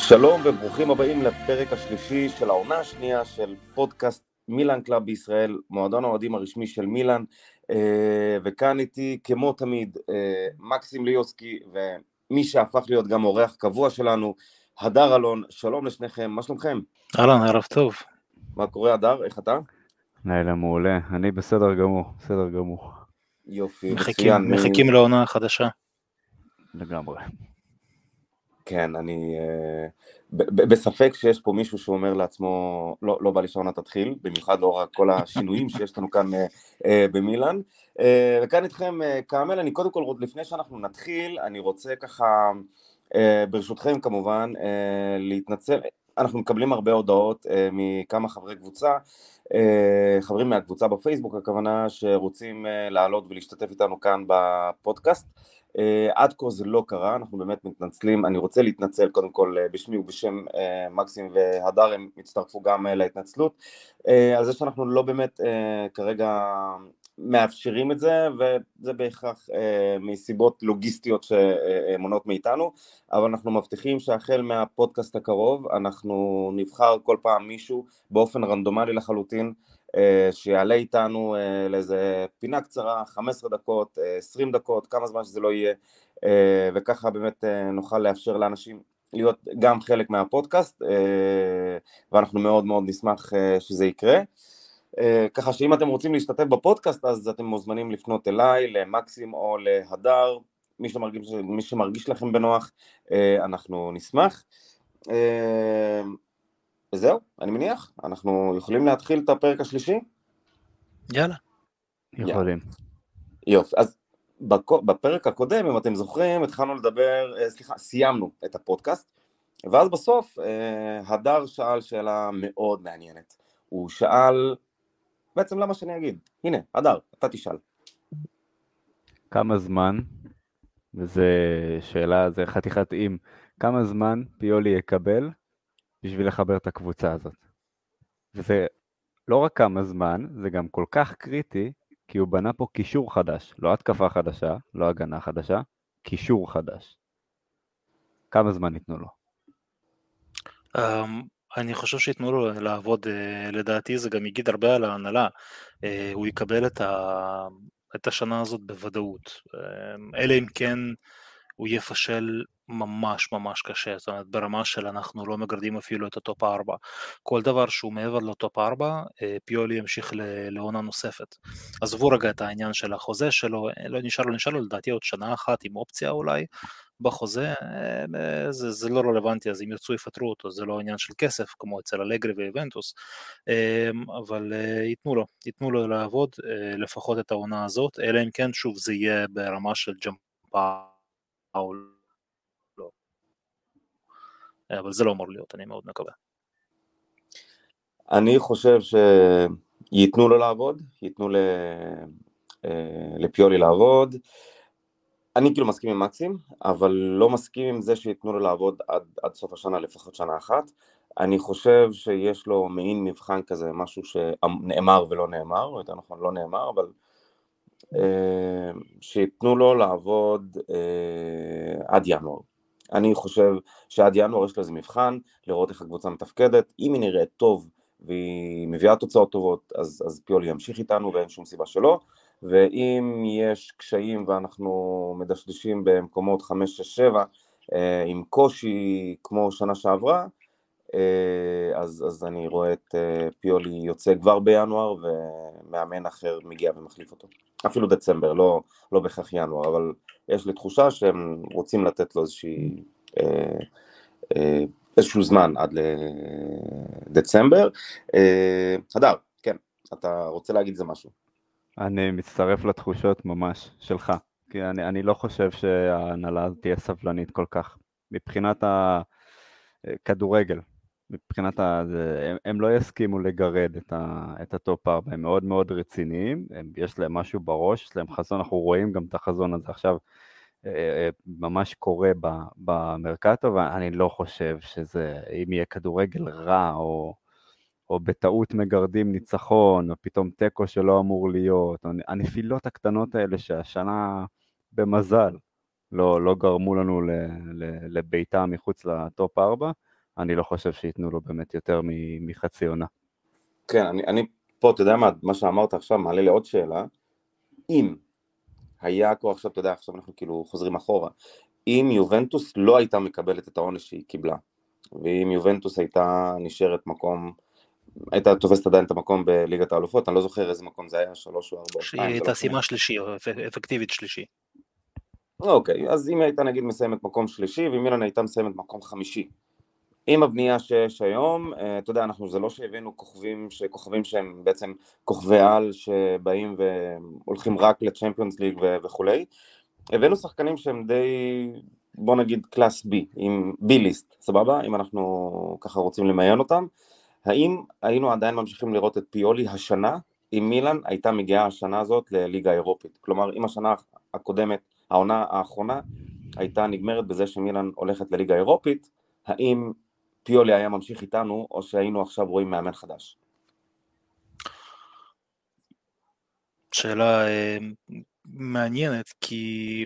שלום וברוכים הבאים לפרק השלישי של העונה השנייה של פודקאסט מילאן קלאב בישראל, מועדון האוהדים הרשמי של מילאן, וכאן איתי כמו תמיד מקסים ליוסקי, ומי שהפך להיות גם אורח קבוע שלנו, הדר אלון. שלום לשניכם, מה שלומכם? אהלן, ערב טוב. מה קורה הדר, איך אתה? לילה מעולה, אני בסדר גמור. יופי, מצוין. מחכים לעונה החדשה. לגמרי. כן, אני בספק שיש פה מישהו שאומר לעצמו, לא בא לי שעונה תתחיל, במיוחד לאור כל השינויים שיש לנו כאן במילאן. וכאן איתכם כאמל, אני קודם כל, לפני שאנחנו נתחיל, אני רוצה ככה, ברשותכם כמובן, להתנצל. אנחנו מקבלים הרבה הודעות מכמה חברי קבוצה, חברים מהקבוצה בפייסבוק, הכוונה שרוצים לעלות ולהשתתף איתנו כאן בפודקאסט. עד כה זה לא קרה, אנחנו באמת מתנצלים. אני רוצה להתנצל קודם כל בשמי ובשם מקסים והדר, הם מצטרפו גם להתנצלות על זה שאנחנו לא באמת כרגע מאפשרים את זה, וזה בהכרח מסיבות לוגיסטיות שמונות מאיתנו, אבל אנחנו מבטיחים שהחל מהפודקאסט הקרוב אנחנו נבחר כל פעם מישהו באופן רנדומלי לחלוטין, שיעלה איתנו לאיזה פינה קצרה, 15 דקות, 20 דקות, כמה זמן שזה לא יהיה, וככה באמת נוכל לאפשר לאנשים להיות גם חלק מהפודקאסט, ואנחנו מאוד מאוד נשמח שזה יקרה. ככה שאם אתם רוצים להשתתף בפודקאסט, אז אתם מוזמנים לפנות אליי, למקסים או להדר, מי שמרגיש לכם בנוח, אנחנו נשמח. וזהו, אני מניח, אנחנו יכולים להתחיל את הפרק השלישי? יאללה. יכולים. יופי, אז בפרק הקודם, אם אתם זוכרים, התחלנו לדבר, סיימנו את הפודקאסט, ואז בסוף הדר שאל שאלה מאוד מעניינת. הוא שאל, בעצם למה שאני אגיד? הנה, הדר, אתה תשאל. כמה זמן, וזו שאלה, זה חתיכת אם, כמה זמן פיולי יקבל בשביל לחבר את הקבוצה הזאת? וזה לא רק כמה זמן, זה גם כל כך קריטי, כי הוא בנה פה קישור חדש, לא התקפה חדשה, לא הגנה חדשה, קישור חדש. כמה זמן ניתנו לו? אני חושב שיתנו לו לעבוד, לדעתי זה גם יגיד הרבה על ההנהלה, הוא יקבל את השנה הזאת בוודאות, אלא אם כן הוא יפשל ממש ממש קשה, זאת אומרת ברמה של אנחנו לא מגרדים אפילו את הטופ 4, כל דבר שהוא מעבר לטופ 4, פיולי ימשיך לעונה נוספת. עזבו רגע את העניין של החוזה שלו, לא נשאר לו לדעתי עוד שנה אחת עם אופציה אולי בחוזה, זה לא רלוונטי, אז אם ירצו יפטרו אותו, זה לא עניין של כסף כמו אצל אלגרי ואיבנטוס, אבל ייתנו לו לעבוד לפחות את העונה הזאת, אלא אם כן שוב זה יהיה ברמה של ג'מפאול, לא. אבל זה לא אמור להיות, אני מאוד מקווה. אני חושב שייתנו לו לעבוד, ייתנו לפיולי לעבוד. אני כאילו מסכים עם מקסים, אבל לא מסכים עם זה שייתנו לו לעבוד עד סוף השנה, לפחות שנה אחת. אני חושב שיש לו מעין מבחן כזה, משהו שנאמר ולא נאמר, או יותר נכון לא נאמר, אבל שייתנו לו לעבוד עד ינואר. אני חושב שעד ינואר יש לו איזה מבחן, לראות איך הקבוצה מתפקדת. אם היא נראית טוב והיא מביאה תוצאות טובות, אז פיולי ימשיך איתנו ואין שום סיבה שלא. ואם יש קשיים ואנחנו מדשדשים במקומות 5, 6, 7, עם קושי כמו שנה שעברה, אז אני רואה את פיולי יוצא כבר בינואר, ומאמן אחר מגיע ומחליף אותו. אפילו דצמבר, לא בכך ינואר, אבל יש לי תחושה שהם רוצים לתת לו איזשהו זמן עד לדצמבר. הדר, כן, אתה רוצה להגיד זה משהו? אני מצטרף לתחושות ממש שלך, כי אני לא חושב שההנהלה תהיה סבלנית כל כך, מבחינת הכדורגל, הם לא יסכימו לגרד את הטופ 4, הם מאוד מאוד רציניים, יש להם משהו בראש, יש להם חזון, אנחנו רואים גם את החזון הזה עכשיו, ממש קורה במרקטו, ואני לא חושב שזה, אם יהיה כדורגל רע, או בטעות מגרדים ניצחון, או פתאום טקו שלא אמור להיות, הנפילות הקטנות האלה שהשנה במזל לא גרמו לנו לביתה מחוץ לטופ 4, אני לא חושב שייתנו לו באמת יותר מחצי עונה. כן, אני פה, אתה יודע מה שאמרת עכשיו, מעלה לי עוד שאלה, אם היה כבר עכשיו, אתה יודע, עכשיו אנחנו כאילו חוזרים אחורה, אם יובנטוס לא הייתה מקבלת את העונש שהיא קיבלה, ואם יובנטוס הייתה נשארת מקום, הייתה תופסת עדיין את המקום בליגת האלופות, אני לא זוכר איזה מקום זה היה, 3 או 4 או 2, שהיא זה לא הייתה משנה. סיימה שלישי, או אפקטיבית שלישי. אוקיי, אז אם היא הייתה נגיד מסיימת מקום שלישי, ומילאן הייתה מסיימת מקום חמישי, עם הבנייה שיש היום, אתה יודע, זה לא שהבאנו כוכבים שהם בעצם כוכבי על שבאים והולכים רק לצ'מפיונס ליג וכולי, הבאנו שחקנים שהם די, בוא נגיד קלאס B, עם B-ליסט, סבבה? אם אנחנו ככה רוצים למיין אותם, האם היינו עדיין ממשיכים לראות את פיולי השנה, אם מילאן הייתה מגיעה השנה הזאת לליגה האירופית? כלומר, אם השנה הקודמת, העונה האחרונה, הייתה נגמרת בזה שמילאן הולכת לליגה האירופית, האם פיולי היה ממשיך איתנו, או שהיינו עכשיו רואים מאמן חדש? שאלה מעניינת, כי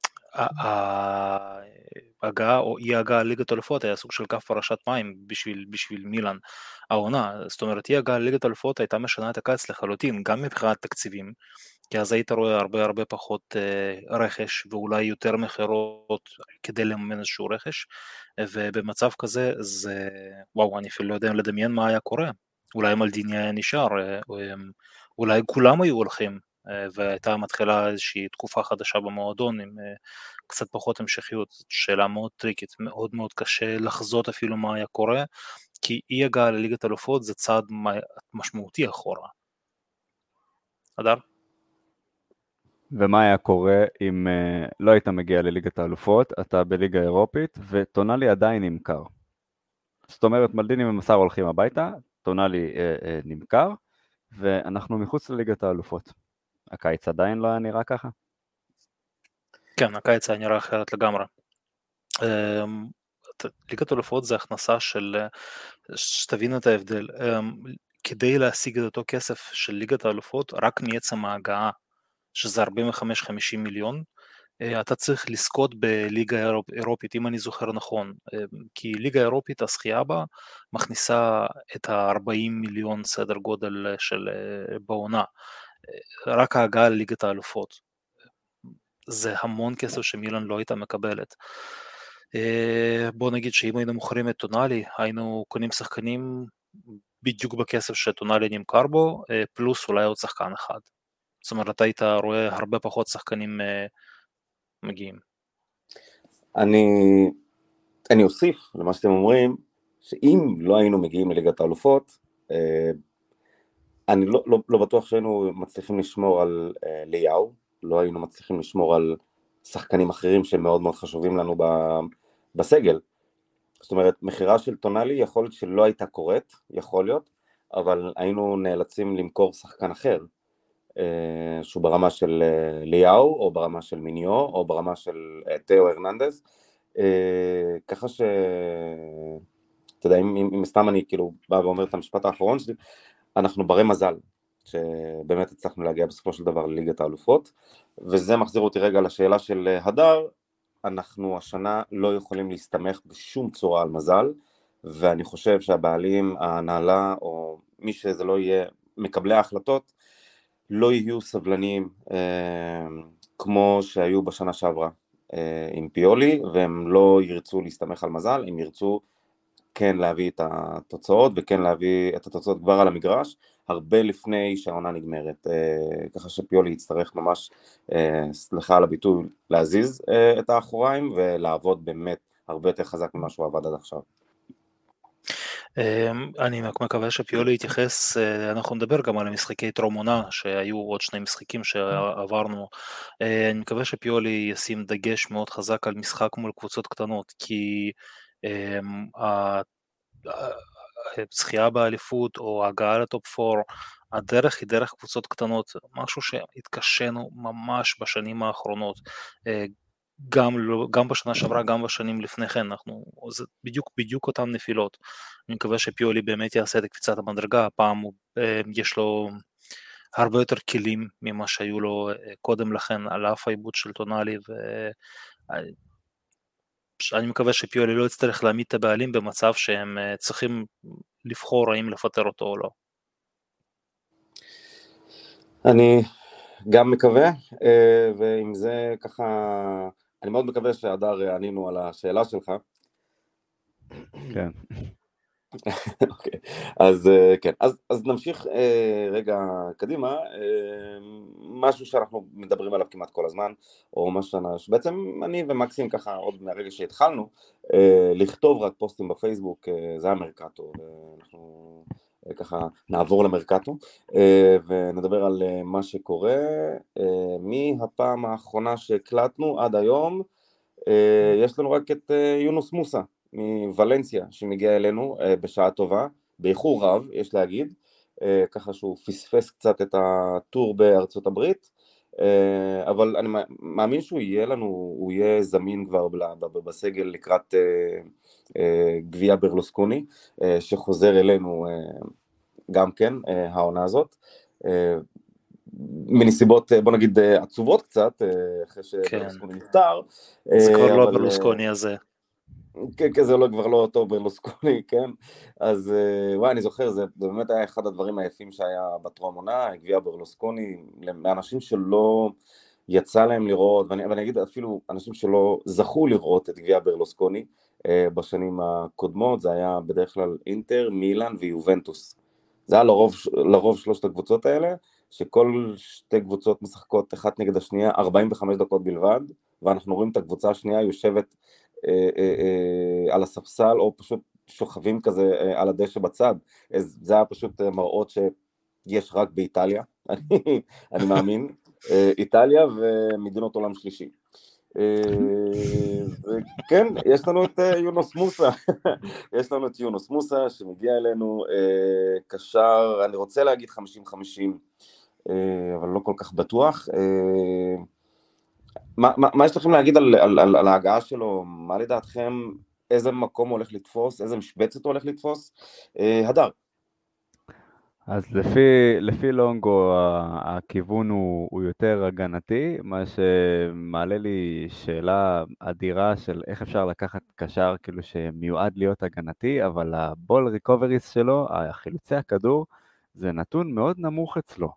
ההגעה או אי הגעה ליגת אלופות היה סוג של קו פרשת מים בשביל מילאן העונה. זאת אומרת, אי הגעה ליגת אלופות הייתה משנה את הקיץ לחלוטין, גם מבחינת תקציבים, כי אז היית רואה הרבה פחות רכש, ואולי יותר מחירות כדי לממן איזשהו רכש, ובמצב כזה זה, וואו, אני אפילו לא יודע לדמיין מה היה קורה. אולי מלדיני היה נשאר, אולי כולם היו הולכים, והייתה מתחילה איזושהי תקופה חדשה במועדון עם קצת פחות המשכיות. שאלה מאוד טריקית, מאוד מאוד קשה לחזות אפילו מה היה קורה, כי אי הגעה לליגת אלופות זה צעד משמעותי אחורה. אדר? ומה היה קורה אם לא היית מגיע לליגת האלופות, אתה בליגה האירופית, וטונאלי עדיין נמכר. זאת אומרת, מלדיני ומסר הולכים הביתה, טונאלי נמכר, ואנחנו מחוץ לליגת האלופות. הקיץ עדיין לא היה נראה ככה? כן, הקיץ היה נראה אחרת לגמרי. ליגת אלופות זה הכנסה של, שתבין את ההבדל, כדי להשיג את אותו כסף של ליגת האלופות, רק מעצם ההגעה, שזה 45-50 מיליון, אתה צריך לזכות בליגה אירופית, אם אני זוכר נכון, כי ליגה אירופית, הזכייה בה, מכניסה את ה-40 מיליון סדר גודל של בעונה, רק ההגעה לליגת האלופות. זה המון כסף שמילאן לא הייתה מקבלת. בוא נגיד שאם היינו מוכרים את טונאלי, היינו קונים שחקנים בדיוק בכסף שטונאלי נמכר בו, פלוס אולי עוד שחקן אחד. זאת אומרת, היית רואה הרבה פחות שחקנים מגיעים. אני אוסיף למה שאתם אומרים, שאם לא היינו מגיעים לליגת האלופות, אני לא בטוח שהיינו מצליחים לשמור על ליאו, לא היינו מצליחים לשמור על שחקנים אחרים שהם מאוד מאוד חשובים לנו בסגל. זאת אומרת, מחירה של טונאלי יכול להיות שלא הייתה קורית, יכול להיות, אבל היינו נאלצים למכור שחקן אחר, שהוא ברמה של ליאו, או ברמה של מיניו, או ברמה של תאו הרננדז, ככה ש... אתה יודע, אם סתם אני כאילו בא ואומר את המשפט האחרון שלי, אנחנו ברי מזל, שבאמת הצלחנו להגיע בסופו של דבר לליגת האלופות, וזה מחזיר אותי רגע לשאלה של הדר, אנחנו השנה לא יכולים להסתמך בשום צורה על מזל, ואני חושב שהבעלים, ההנהלה, או מי שזה לא יהיה, מקבלי ההחלטות, לא יהיו סבלניים כמו שהיו בשנה שעברה עם פיולי, והם לא ירצו להסתמך על מזל, הם ירצו כן להביא את התוצאות, וכן להביא את התוצאות כבר על המגרש, הרבה לפני שהעונה נגמרת, ככה שפיולי יצטרך ממש, סליחה על הביטוי, להזיז את האחוריים, ולעבוד באמת הרבה יותר חזק ממה שהוא עבד עד עכשיו. אני מקווה שפיולי יתייחס, אנחנו נדבר גם על המשחקי טרום עונה, שהיו עוד 2 משחקים שעברנו, אני מקווה שפיולי ישים דגש מאוד חזק על משחק מול קבוצות קטנות, כי הזכייה באליפות או ההגעה לטופ 4, הדרך היא דרך קבוצות קטנות, משהו שהתקשינו ממש בשנים האחרונות, גם בשנה שעברה, גם בשנים לפני כן, זה בדיוק אותן נפילות. אני מקווה שפיולי באמת יעשה את קפיצת המדרגה, הפעם יש לו הרבה יותר כלים ממה שהיו לו קודם לכן, על אף העיבוד של טונאלי, אני מקווה שפיולי לא יצטרך להעמיד את הבעלים במצב שהם צריכים לבחור האם לפטר אותו או לא. אני גם מקווה, ועם זה ככה, אני מאוד מקווה שהדר ענינו על השאלה שלך. כן. אוקיי, אז כן, אז נמשיך רגע קדימה, משהו שאנחנו מדברים עליו כמעט כל הזמן, או משהו שבעצם אני ומקסים ככה עוד מהרגע שהתחלנו לכתוב רק פוסטים בפייסבוק, זה המרקטו, ואנחנו ככה נעבור למרקטו ונדבר על מה שקורה מהפעם האחרונה שהקלטנו עד היום. יש לנו רק את יונוס מוסה מוולנסיה שמגיע אלינו בשעה טובה, באיחור רב יש להגיד, ככה שהוא פספס קצת את הטור בארצות הברית, אבל אני מאמין שהוא יהיה לנו, הוא יהיה זמין כבר בסגל לקראת גביע ברלוסקוני שחוזר אלינו גם כן העונה הזאת, מנסיבות בוא נגיד עצובות קצת אחרי שברלוסקוני נפטר. זה כבר לא ברלוסקוני הזה. כן, זה כבר לא אותו ברלוסקוני, כן, אז וואי, אני זוכר, זה באמת היה אחד הדברים היפים שהיה בטרום עונה, גביע ברלוסקוני, לאנשים שלא יצא להם לראות, ואני אגיד אפילו אנשים שלא זכו לראות את גביע ברלוסקוני בשנים הקודמות, זה היה בדרך כלל אינטר, מילאן ויובנטוס, זה היה לרוב שלושת הקבוצות האלה, שכל שתי קבוצות משחקות אחת נגד השנייה 45 דקות בלבד, ואנחנו רואים את הקבוצה השנייה יושבת על הספסל או פשוט שוכבים כזה על הדשא בצד. זה היה פשוט מראות שיש רק באיטליה, אני מאמין, איטליה ומדינות עולם שלישי. וכן, יש לנו את יונוס מוסה, יש לנו את יונוס מוסה שמגיע אלינו קשר, אני רוצה להגיד 50-50, אבל לא כל כך בטוח. מה יש לכם להגיד על ההגעה שלו? מה לדעתכם, איזה מקום הוא הולך לתפוס, איזה משבצת הוא הולך לתפוס? הדר. אז לפי לונגו הכיוון הוא יותר הגנתי, מה שמעלה לי שאלה אדירה של איך אפשר לקחת קשר כאילו שמיועד להיות הגנתי, אבל הבול ריקובריס שלו, החילוצי הכדור, זה נתון מאוד נמוך אצלו.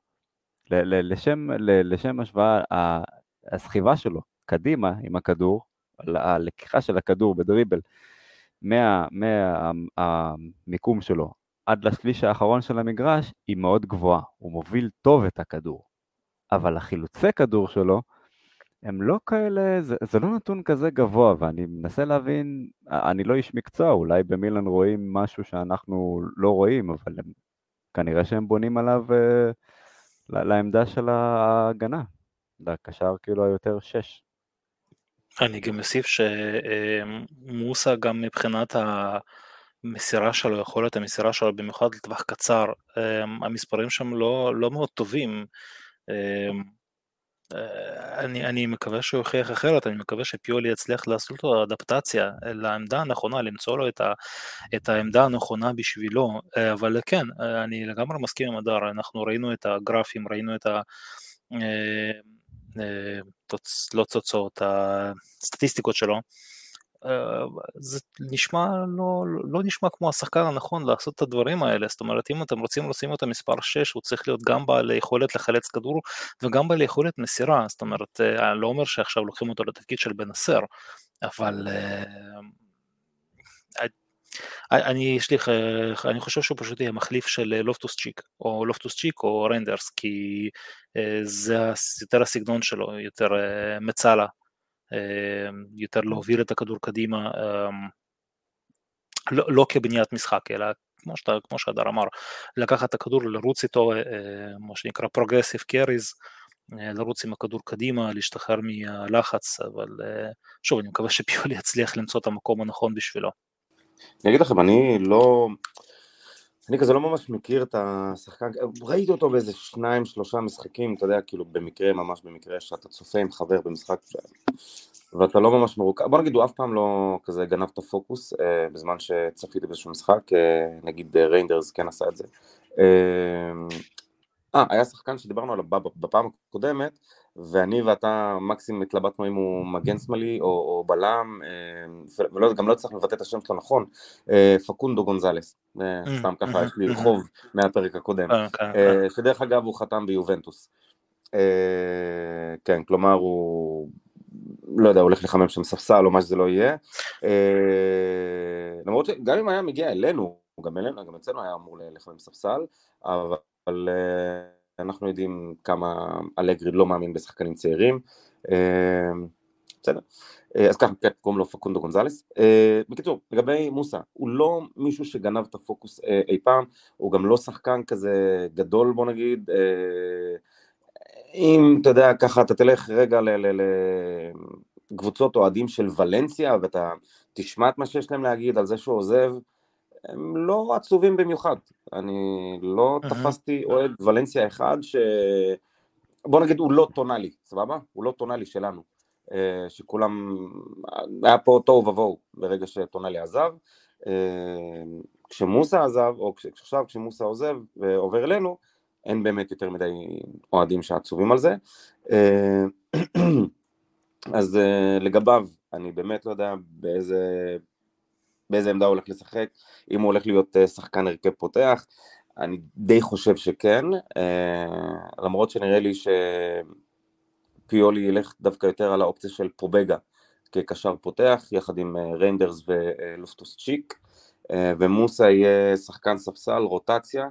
לשם השוואה, הסחיבה שלו קדימה עם הכדור, הלקיחה של הכדור בדריבל מהמיקום שלו עד לשליש האחרון של המגרש היא מאוד גבוהה, הוא מוביל טוב את הכדור, אבל החילוצי כדור שלו הם לא כאלה, זה לא נתון כזה גבוה, ואני מנסה להבין, אני לא איש מקצוע, אולי במילן רואים משהו שאנחנו לא רואים, אבל כנראה שהם בונים עליו לעמדה של ההגנה, לקשר כאילו היותר 6. אני גם אוסיף שמוסה גם מבחינת המסירה שלו, יכולת המסירה שלו במיוחד לטווח קצר, המספרים שם לא מאוד טובים. אני מקווה שהוא יוכיח אחרת, אני מקווה שפיולי יצליח לעשות לו אדפטציה לעמדה הנכונה, למצוא לו את העמדה הנכונה בשבילו, אבל כן, אני לגמרי מסכים עם הדר, אנחנו ראינו את הגרפים, ראינו את לא תוצאות, הסטטיסטיקות שלו, זה נשמע, לא נשמע כמו השחקן הנכון לעשות את הדברים האלה, זאת אומרת, אם אתם רוצים לשים את המספר 6, הוא צריך להיות גם בעל יכולת לחלץ כדור, וגם בעל יכולת מסירה, זאת אומרת, אני לא אומר שעכשיו לוקחים אותו לתפקיד של בנסר, אבל אני חושב שהוא פשוט יהיה מחליף של לופטוס צ'יק או רנדרס, כי זה יותר הסגנון שלו, יותר מצלה, יותר להוביל את הכדור קדימה, לא כבניית משחק, אלא כמו שהדר אמר, לקחת את הכדור, לרוץ איתו, מה שנקרא פרוגרסיב קריז, לרוץ עם הכדור קדימה, להשתחרר מהלחץ, אבל שוב, אני מקווה שפיולי יצליח למצוא את המקום הנכון בשבילו. אני אגיד לכם, אני כזה לא ממש מכיר את השחקן, ראיתי אותו באיזה 2-3 משחקים, אתה יודע, כאילו ממש במקרה שאתה צופה עם חבר במשחק, ואתה לא ממש מרוכז, בוא נגיד, הוא אף פעם לא כזה גנב את הפוקוס, בזמן שצפיתי באיזשהו משחק, נגיד ריינדרס כן עשה את זה. היה שחקן שדיברנו עליו בפעם הקודמת, ואני ואתה מקסימום התלבטנו אם הוא מגן שמאלי או בלם, וגם לא צריך לבטא את השם שלו נכון, פקונדו גונזלס, סתם ככה יש לי חוב מהפרק הקודם, שדרך אגב הוא חתם ביובנטוס, כן, כלומר הוא, לא יודע, הולך לחמם שם ספסל או מה שזה לא יהיה, למרות שגם אם היה מגיע אלינו, גם אצלנו היה אמור לחמם ספסל, אבל אנחנו יודעים כמה אלגרי לא מאמין בשחקנים צעירים, בסדר, אז ככה, קוראים לו פקונדו גונזלס. בקיצור, לגבי מוסה, הוא לא מישהו שגנב את הפוקוס אי פעם, הוא גם לא שחקן כזה גדול, בוא נגיד, אם אתה יודע ככה, אתה תלך רגע לקבוצות אוהדים של ולנסיה, ואתה תשמע את מה שיש להם להגיד על זה שהוא עוזב, הם לא עצובים במיוחד, אני לא תפסתי אוהד ולנסיה אחד בוא נגיד הוא לא טונאלי, סבבה? הוא לא טונאלי שלנו, שכולם, היה פה תוהו ובוהו ברגע שטונאלי עזב, כשמוסה עזב, או עכשיו כשמוסה עוזב ועובר אלינו, אין באמת יותר מדי אוהדים שעצובים על זה, אז לגביו, אני באמת לא יודע באיזה עמדה הוא הולך לשחק, אם הוא הולך להיות שחקן הרכב פותח, אני די חושב שכן, למרות שנראה לי שפיולי ילך דווקא יותר על האופציה של פרובגה, כקשר פותח, יחד עם ריינדרס ולופטוס צ'יק, ומוסה יהיה שחקן ספסל, רוטציה,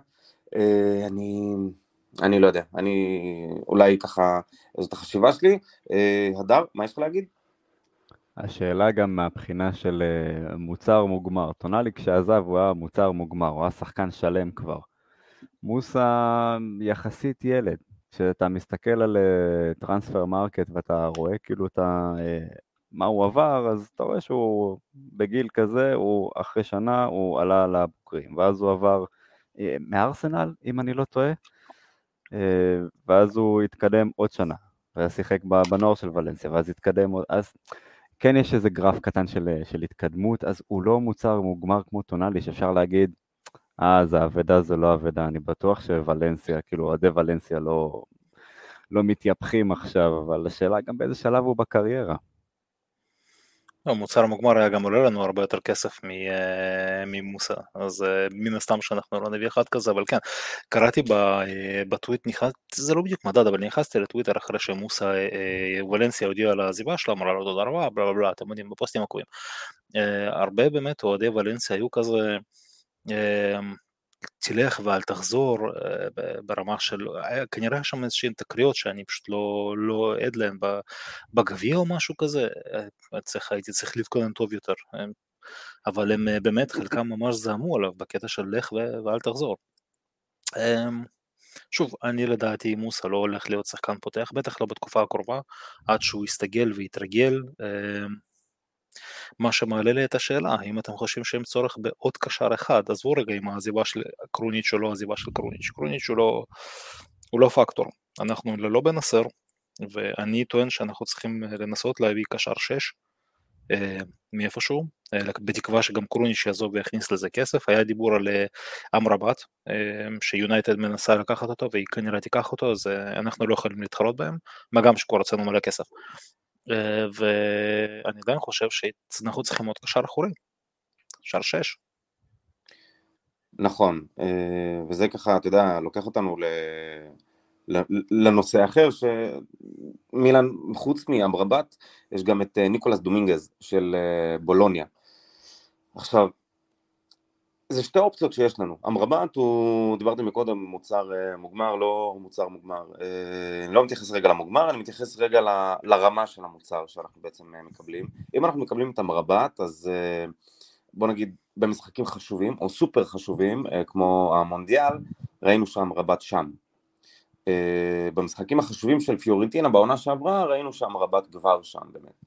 אני לא יודע, אולי ככה, זאת החשיבה שלי, הדר, מה יש לך להגיד? השאלה גם מהבחינה של מוצר מוגמר. טונאלי כשעזב הוא היה מוצר מוגמר, הוא היה שחקן שלם כבר. מוסה יחסית ילד. כשאתה מסתכל על טרנספר מרקט ואתה רואה כאילו מה הוא עבר, אז אתה רואה שהוא בגיל כזה, הוא אחרי שנה הוא עלה לבוגרים, ואז הוא עבר מארסנל, אם אני לא טועה, ואז הוא התקדם עוד שנה, ושיחק בנוער של ולנסיה, ואז התקדם עוד, אז כן יש איזה גרף קטן של התקדמות, אז הוא לא מוצר מוגמר כמו טונאלי, שאפשר להגיד, זה עבדה, זה לא עבדה, אני בטוח שוולנסיה, כאילו אוהדי ולנסיה לא מתייפחים עכשיו, אבל השאלה גם באיזה שלב הוא בקריירה. המוצר המוגמר היה גם עולה לנו הרבה יותר כסף ממוסה, אז מן הסתם שאנחנו לא נביא אחד כזה, אבל כן, קראתי בטוויט, זה לא בדיוק מדד, אבל נכנסתי לטוויטר אחרי שמוסה ולנסיה הודיעה על העזיבה שלה, אמרה לו תודה רבה, בלה בלה בלה, אתם יודעים, בפוסטים הקרובים. הרבה באמת אוהדי ולנסיה היו כזה, תלך ואל תחזור, ברמה של, כנראה שם איזושהי תקריות שאני פשוט לא עד להן בגביע או משהו כזה, הייתי צריך להתכונן טוב יותר, אבל הם באמת חלקם ממש זעמו עליו בקטע של לך ואל תחזור. שוב, אני לדעתי מוסה לא הולך להיות שחקן פותח, בטח לא בתקופה הקרובה, עד שהוא יסתגל ויתרגל, מה שמעלה לי את השאלה, אם אתם חושבים שהם צורך בעוד קשר אחד, עזבו רגע עם העזיבה של קרוניץ' או לא העזיבה של קרוניץ', קרוניץ' הוא לא פקטור, אנחנו ללא בנסר, ואני טוען שאנחנו צריכים לנסות להביא קשר 6 מאיפשהו, בתקווה שגם קרוניץ' יעזוב ויכניס לזה כסף, היה דיבור על אמרבת, שיונייטד מנסה לקחת אותו, והיא כנראה תיקח אותו, אז אנחנו לא יכולים להתחרות בהם, מה גם שכבר רצינו מלא כסף. ואני עדיין חושב שאנחנו צריכים עוד קשר אחורי, קשר 6. נכון, וזה ככה, אתה יודע, לוקח אותנו לנושא אחר, שמילן, חוץ מאמרבת, יש גם את ניקולס דומינגז של בולוניה. עכשיו, זה שתי אופציות שיש לנו. אמרבת הוא, דיברתי מקודם, מוצר מוגמר, לא מוצר מוגמר. אני לא מתייחס רגע למוגמר, אני מתייחס רגע לרמה של המוצר שאנחנו בעצם מקבלים. אם אנחנו מקבלים את אמרבת, אז בוא נגיד במשחקים חשובים, או סופר חשובים, כמו המונדיאל, ראינו שאמרבת שם. במשחקים החשובים של פיורנטינה בעונה שעברה, ראינו שאמרבת כבר שם באמת.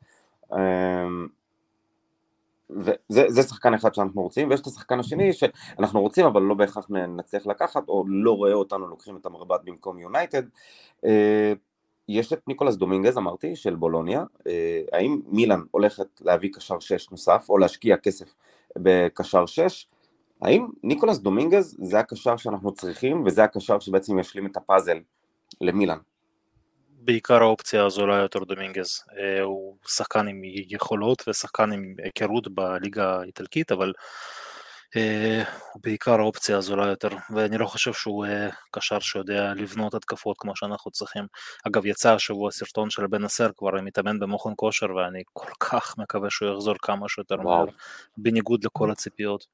וזה שחקן אחד שאנחנו רוצים, ויש את השחקן השני שאנחנו רוצים, אבל לא בהכרח נצליח לקחת, או לא רואה אותנו לוקחים את אמרבת במקום יונייטד. יש את ניקולס דומינגז, אמרתי, של בולוניה. האם מילאן הולכת להביא קשר 6 נוסף, או להשקיע כסף בקשר 6? האם ניקולס דומינגז זה הקשר שאנחנו צריכים, וזה הקשר שבעצם ישלים את הפאזל למילאן? בעיקר האופציה הזולה יותר דומינגז, הוא שחקן עם יכולות ושחקן עם היכרות בליגה האיטלקית, אבל הוא בעיקר האופציה הזולה יותר, ואני לא חושב שהוא קשר שיודע לבנות התקפות כמו שאנחנו צריכים. אגב, יצא השבוע סרטון של בן נסר כבר מתאמן במכון כושר, ואני כל כך מקווה שהוא יחזור כמה שיותר מהר, בניגוד לכל הציפיות.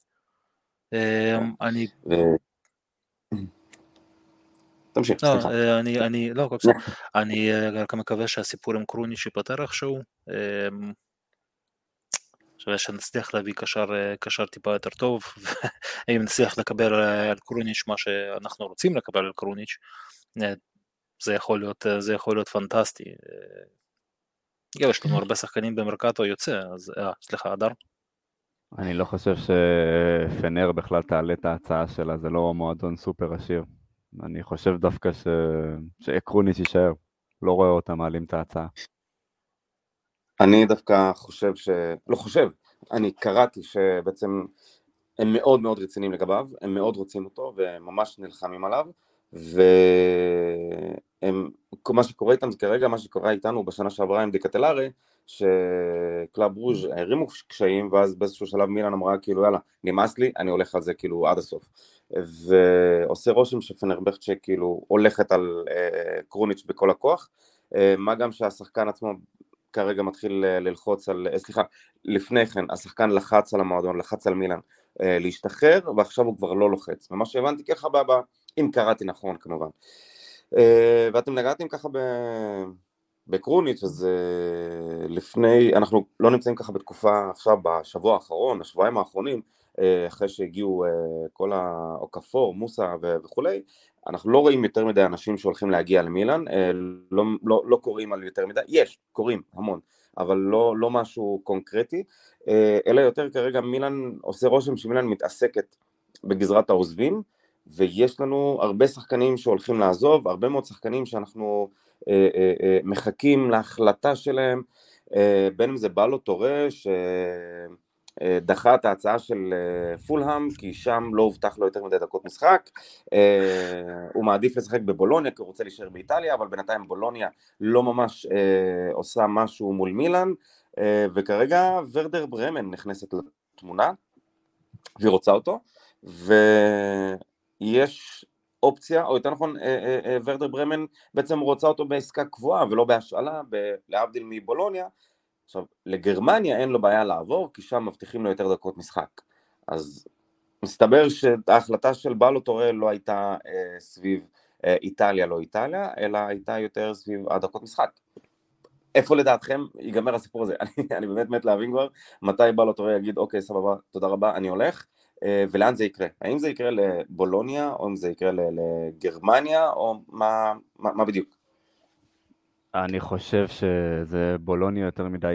אני... תמשיך, סליחה. לא, כל בסדר. אני רק מקווה שהסיפור עם קרוניץ' ייפטר איכשהו, ושנצליח להביא קשר טיפה יותר טוב, ואם נצליח לקבל על קרוניץ' מה שאנחנו רוצים לקבל על קרוניץ', זה יכול להיות פנטסטי. יש לנו הרבה שחקנים במרקטו יוצא, אז סליחה, אדר. אני לא חושב שפנר בכלל תעלה את ההצעה שלה, זה לא מועדון סופר עשיר. אני חושב דווקא שקרוניץ' יישאר, לא רואה אותם מעלים את ההצעה. אני דווקא חושב לא חושב, אני קראתי שבעצם הם מאוד מאוד רציניים לגביו, הם מאוד רוצים אותו וממש נלחמים עליו, ומה שקורה איתם זה כרגע מה שקורה איתנו בשנה שעברה עם דיקטלרי, שקלאב רוז' הרימו קשיים, ואז באיזשהו שלב מילאן אמרה כאילו יאללה, נמאס לי, אני הולך על זה כאילו עד הסוף, ועושה רושם שפנרבכצ'ה כאילו הולכת על קרוניץ' בכל הכוח, מה גם שהשחקן עצמו כרגע מתחיל ללחוץ על, סליחה, לפני כן השחקן לחץ על המועדון, לחץ על מילאן להשתחרר, ועכשיו הוא כבר לא לוחץ, ומה שהבנתי ככה אם קראתי נכון כמובן, ואתם נגעתם ככה בקרוניץ', אז לפני, אנחנו לא נמצאים ככה בתקופה עכשיו בשבוע האחרון, השבועיים האחרונים, אחרי שהגיעו כל האוקפור, מוסה וכולי, אנחנו לא רואים יותר מדי אנשים שהולכים להגיע למילאן, לא קוראים על יותר מדי, קוראים המון, אבל לא משהו קונקרטי, אלא יותר כרגע מילאן עושה רושם שמילאן מתעסקת בגזרת העוזבים, ויש לנו הרבה שחקנים שהולכים לעזוב, הרבה מאוד שחקנים שאנחנו מחכים להחלטה שלהם, בין אם זה בלו טורה שדחה את ההצעה של פולהאם, כי שם לא הובטח לו יותר מדי דקות משחק, הוא מעדיף לשחק בבולוניה, כי הוא רוצה להישאר באיטליה, אבל בינתיים בולוניה לא ממש עושה משהו מול מילאן, וכרגע ורדר ברמן נכנסת לתמונה, והיא רוצה אותו, ויש אופציה, או יותר נכון, ורדר ברמן בעצם רוצה אותו בעסקה קבועה, ולא בהשאלה, להבדיל מבולוניה. עכשיו, לגרמניה אין לו בעיה לעבור, כי שם מבטיחים לו יותר דקות משחק. אז מסתבר שההחלטה של בלו טורה לא הייתה סביב איטליה, לא איטליה, אלא הייתה יותר סביב הדקות משחק. איפה לדעתכם ייגמר הסיפור הזה? אני באמת מת להבין כבר, מתי בלו טורה יגיד, אוקיי, סבבה, תודה רבה, אני הולך, ולאן זה יקרה? האם זה יקרה לבולוניה, או אם זה יקרה לגרמניה, או מה בדיוק? אני חושב שזה בולוניה יותר מדי,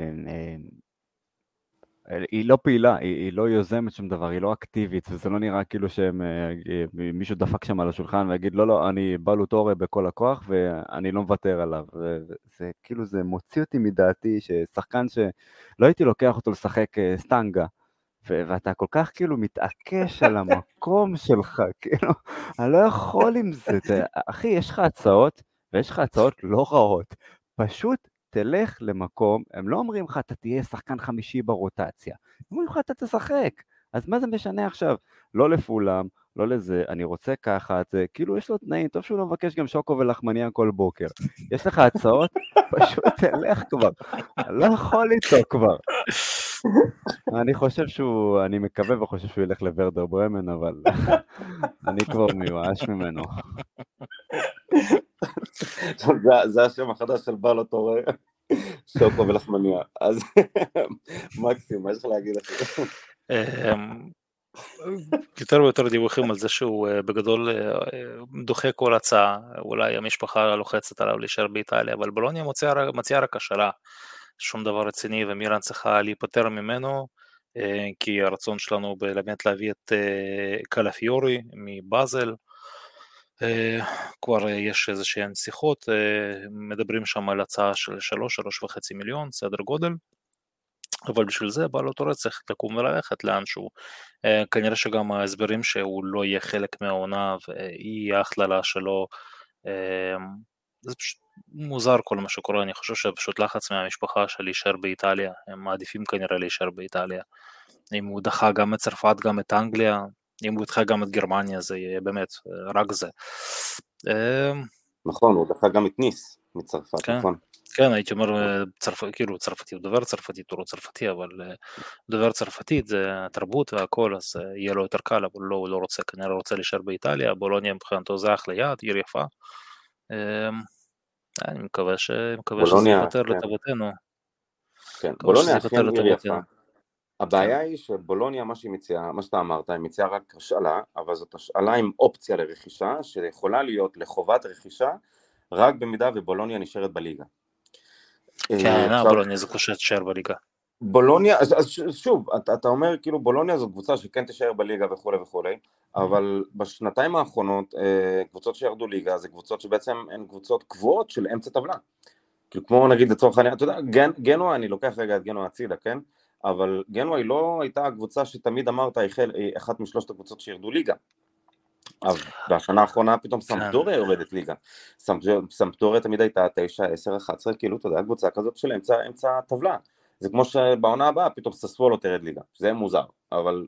היא לא פעילה, היא לא יוזמת שום דבר, היא לא אקטיבית, וזה לא נראה כאילו מישהו דפק שם על השולחן ויגיד, לא, אני בלו טורה בכל הכוח, ואני לא מוותר עליו, וזה כאילו זה מוציא אותי מדעתי, ששחקן שלא הייתי לוקח אותו לשחק סטנגה, ואתה כל כך כאילו מתעקש על המקום שלך, כאילו, אני לא יכול עם זה, אחי, יש לך הצעות, ויש לך הצעות לא רעות, פשוט תלך למקום, הם לא אומרים לך, אתה תהיה שחקן חמישי ברוטציה, הם אומרים לך, אתה תשחק, אז מה זה משנה עכשיו? לא לפולם, לא לזה, אני רוצה ככה, זה, כאילו יש לו תנאים, טוב שהוא לא מבקש גם שוקו ולחמניה כל בוקר, יש לך הצעות, פשוט תלך כבר, אני לא יכול איתו כבר. אני חושב אני מקווה וחושב שהוא ילך לוורדר ברמן, אבל אני כבר מיואש ממנו. זה השם החדש של בלו טורה, שוקו ולחמניה, אז מקסים, מה יש לך להגיד לך? יותר ויותר דיווחים על זה שהוא בגדול דוחה כל הצעה, אולי המשפחה לוחצת עליו להישאר באיטליה, אבל בולוניה מציעה רק השאלה, שום דבר רציני, ומילאן צריכה להיפטר ממנו, כי הרצון שלנו באמת להביא את קלפיורי מבאזל, כבר יש איזושהי שיחות, מדברים שם על הצעה של 3.5 מיליון, סדר גודל, אבל בשביל זה בלו טורה צריך לקום וללכת לאנשהו, כנראה שגם ההסברים שהוא לא יהיה חלק מהעונה, והיא ההכללה שלו, זה פשוט מוזר כל מה שקורה, אני חושב שפשוט לחץ מהמשפחה של להישאר באיטליה, הם מעדיפים כנראה להישאר באיטליה. אם הוא דחה גם את צרפת, גם את אנגליה, אם הוא ידחה גם את גרמניה, זה יהיה באמת רק זה. נכון, הוא דחה גם את ניס מצרפת, כן. נכון? כן, הייתי אומר, כאילו צרפתי, הוא דובר צרפתית, הוא לא צרפתי, אבל דובר צרפתית זה התרבות והכל, אז יהיה לו יותר קל, אבל לא, הוא לא רוצה, כנראה רוצה להישאר באיטליה, בולוניה מבחינתו זה אחלה יד, עיר יפה. אני מקווה שזה ייפטר לטובתנו. כן, בולוניה אכן עיר יפה. הבעיה היא שבולוניה, מה שהיא מציעה, מה שאתה אמרת, היא מציעה רק השאלה, אבל זאת השאלה עם אופציה לרכישה, שיכולה להיות לחובת רכישה, רק במידה ובולוניה נשארת בליגה. כן, בולוניה זה קושת תשאר בליגה. בולוניה, אז שוב, אתה אומר כאילו בולוניה זאת קבוצה שכן תשאר בליגה וכו' וכו', אבל בשנתיים האחרונות, קבוצות שירדו ליגה, זה קבוצות שבעצם הן קבוצות קבועות של אמצע טבלה. כאילו כמו נגיד לצורך העניין, אתה יודע, גנואה, אני לוקח רגע את גנואה הצידה, כן? אבל גנואה היא לא הייתה הקבוצה שתמיד אמרת, היא אחת משלושת הקבוצות שירדו ליגה. והשנה האחרונה פתאום סמפדוריה יורדת ליגה. סמפדוריה תמיד הייתה 9, 10, 11, כאילו אתה יודע, קבוצה כזאת של אמצע טבלה. זה כמו שבעונה הבאה פתאום ססוולו תרד ליגה, שזה מוזר, אבל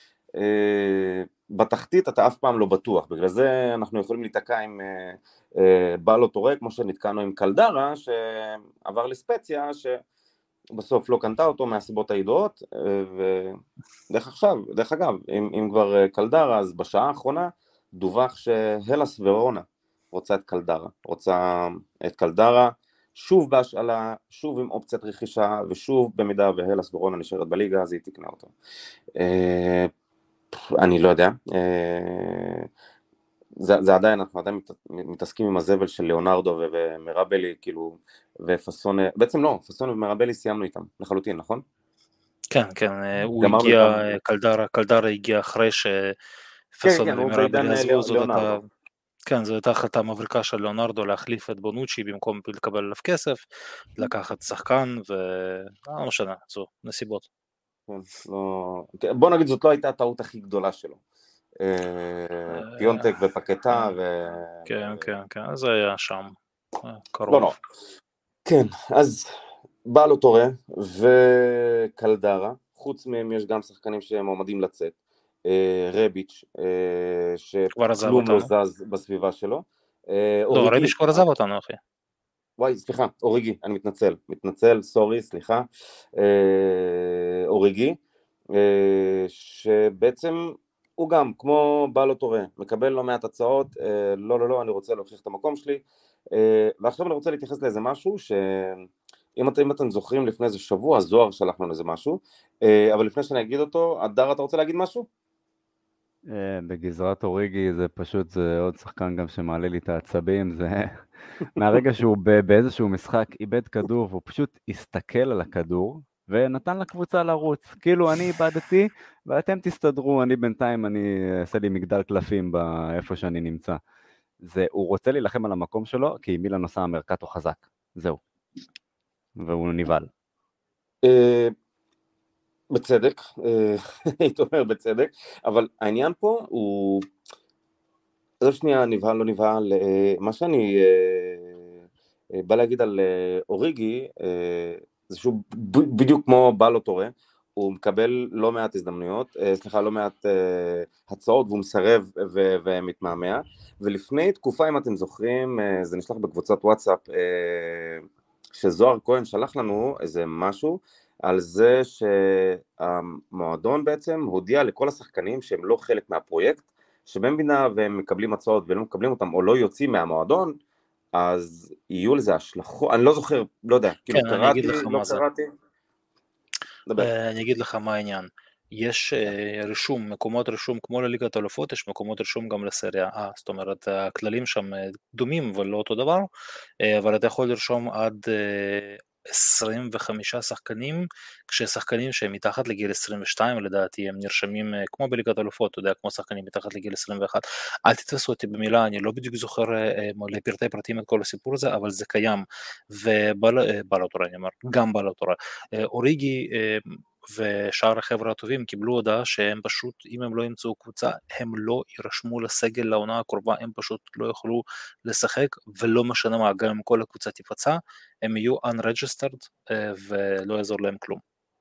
בתחתית אתה אף פעם לא בטוח, בגלל זה אנחנו יכולים להתקע עם בלו טורה, כמו שנתקענו עם קלדרה, שעבר לספציה, שבסוף לא קנתה אותו מהסיבות הידועות, ודרך אגב, אם כבר קלדרה, אז בשעה האחרונה דווח שהלס ורונה רוצה את קלדרה, שוב בהשאלה, שוב עם אופציית רכישה, ושוב במידה והלס ורונה נשארת בליגה, אז היא תקנה אותו. אני לא יודע, זה עדיין, אנחנו עדיין מתעסקים עם הזבל של ליאונרדו ומרבלי, כאילו, ופסון, בעצם לא, פסון ומרבלי סיימנו איתם, לחלוטין, נכון? כן, הוא הגיע, קלדרה הגיע אחרי שפסון ומרבלי עזבו, זו הייתה החלטה מבריקה של ליאונרדו להחליף את בונוצ'י במקום לקבל עליו כסף, לקחת שחקן, ולא משנה, זו נסיבות. בוא נגיד, זאת לא הייתה הטעות הכי גדולה שלו. פיונטק ופקטה כן, זה היה שם קרוב. לא. כן, אז בלו טורה וקלדרה, חוץ מהם יש גם שחקנים שמועמדים לצאת, רביץ' שכלום לא זז בסביבה שלו. לא, רביץ' כבר עזב אותנו, אחי. וואי, סליחה, אוריגי, אני מתנצל, סורי, סליחה, אוריגי, שבעצם הוא גם, כמו בלו טורה, מקבל לא מעט הצעות, לא, אני רוצה להוכיח את המקום שלי, ועכשיו אני רוצה להתייחס לאיזה משהו, שאם אתם זוכרים לפני איזה שבוע, זוהר שלח לנו איזה משהו, אבל לפני שאני אגיד אותו, אדר, אתה רוצה להגיד משהו? בגזרת אוריגי זה פשוט, זה עוד שחקן גם שמעלה לי את העצבים, זה מהרגע שהוא באיזשהו משחק איבד כדור, והוא פשוט הסתכל על הכדור, ונתן לקבוצה לרוץ, כאילו אני איבדתי, ואתם תסתדרו, אני בינתיים, אני אעשה לי מגדל קלפים באיפה שאני נמצא. הוא רוצה להילחם על המקום שלו, כי מילאן עושה המרקטו חזק, זהו. והוא נבהל. בצדק, היית אומר בצדק, אבל העניין פה הוא, זו שנייה נבהל, לא נבהל, מה שאני בא להגיד על אוריגי, זה שהוא בדיוק כמו בלו טורה, הוא מקבל לא מעט הזדמנויות, לא מעט הצעות, והוא מסרב ומתמהמה, ולפני תקופה, אם אתם זוכרים, זה נשלח בקבוצת וואטסאפ, שזוהר כהן שלח לנו איזה משהו, על זה שהמועדון בעצם הודיע לכל השחקנים שהם לא חלק מהפרויקט, שבמידה והם מקבלים הצעות ולא מקבלים אותם, או לא יוצאים מהמועדון, אז יהיו לזה השלכות, אני לא זוכר, לא יודע, כאילו קראתי, לא קראתי. אני אגיד לך מה העניין. יש רישום, מקומות רישום כמו לליגת האלופות, יש מקומות רישום גם לסריה A, זאת אומרת הכללים שם דומים אבל לא אותו דבר, אבל אתה יכול לרשום עד 25 שחקנים, כששחקנים שהם מתחת לגיל 22 לדעתי הם נרשמים כמו בליגת האלופות, אתה יודע, כמו שחקנים מתחת לגיל 21, אל תתפסו אותי במילה, אני לא בדיוק זוכר לפרטי פרטים את כל הסיפור הזה, אבל זה קיים, ובלו טורה, אני אומר, גם בלו טורה, אוריגי ושאר החבר'ה הטובים קיבלו הודעה שהם פשוט, אם הם לא ימצאו קבוצה, הם לא יירשמו לסגל לעונה הקרובה, הם פשוט לא יוכלו לשחק, ולא משנה מה, גם אם כל הקבוצה תיפצע, הם יהיו unregistered, ולא יעזור להם כלום.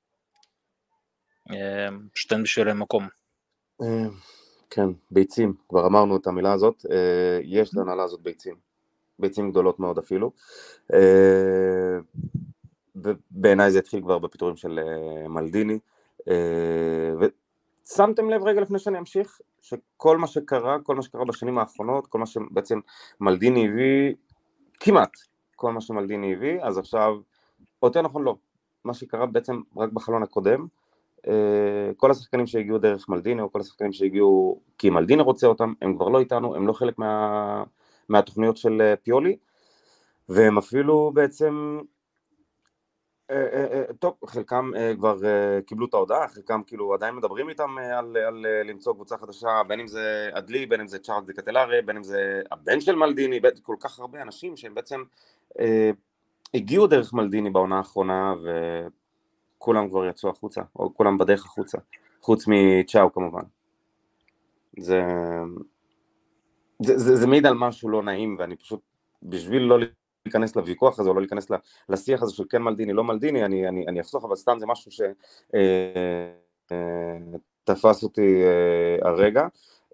שתן בשבילם מקום. כן, ביצים, כבר אמרנו את המילה הזאת, יש להנהלה הזאת ביצים גדולות מאוד אפילו, ובעיניי זה התחיל כבר בפיטורים של מלדיני, ושמתם לב רגע לפני שאני אמשיך, שכל מה שקרה בשנים האחרונות, כל מה שבעצם מלדיני הביא, כמעט כל מה שמלדיני הביא, אז עכשיו, או יותר נכון לא, מה שקרה בעצם רק בחלון הקודם, כל השחקנים שהגיעו דרך מלדיני, או כל השחקנים שהגיעו כי מלדיני רוצה אותם, הם כבר לא איתנו, הם לא חלק מהתוכניות של פיולי, והם אפילו בעצם, טוב, חלקם כבר קיבלו את ההודעה, חלקם כאילו עדיין מדברים איתם על למצוא קבוצה חדשה, בין אם זה אדלי, בין אם זה צ'ארלס דיקטלרי, בין אם זה הבן של מלדיני, כל כך הרבה אנשים שהם בעצם הגיעו דרך מלדיני בעונה האחרונה, כולם כבר יצאו החוצה, או כולם בדרך החוצה, חוץ מצ'או כמובן. זה מעיד על משהו לא נעים, ואני פשוט, בשביל לא להיכנס לוויכוח הזה, או לא להיכנס לשיח הזה של כן מלדיני, לא מלדיני, אני אחסוך, אבל סתם זה משהו שתפס אותי הרגע.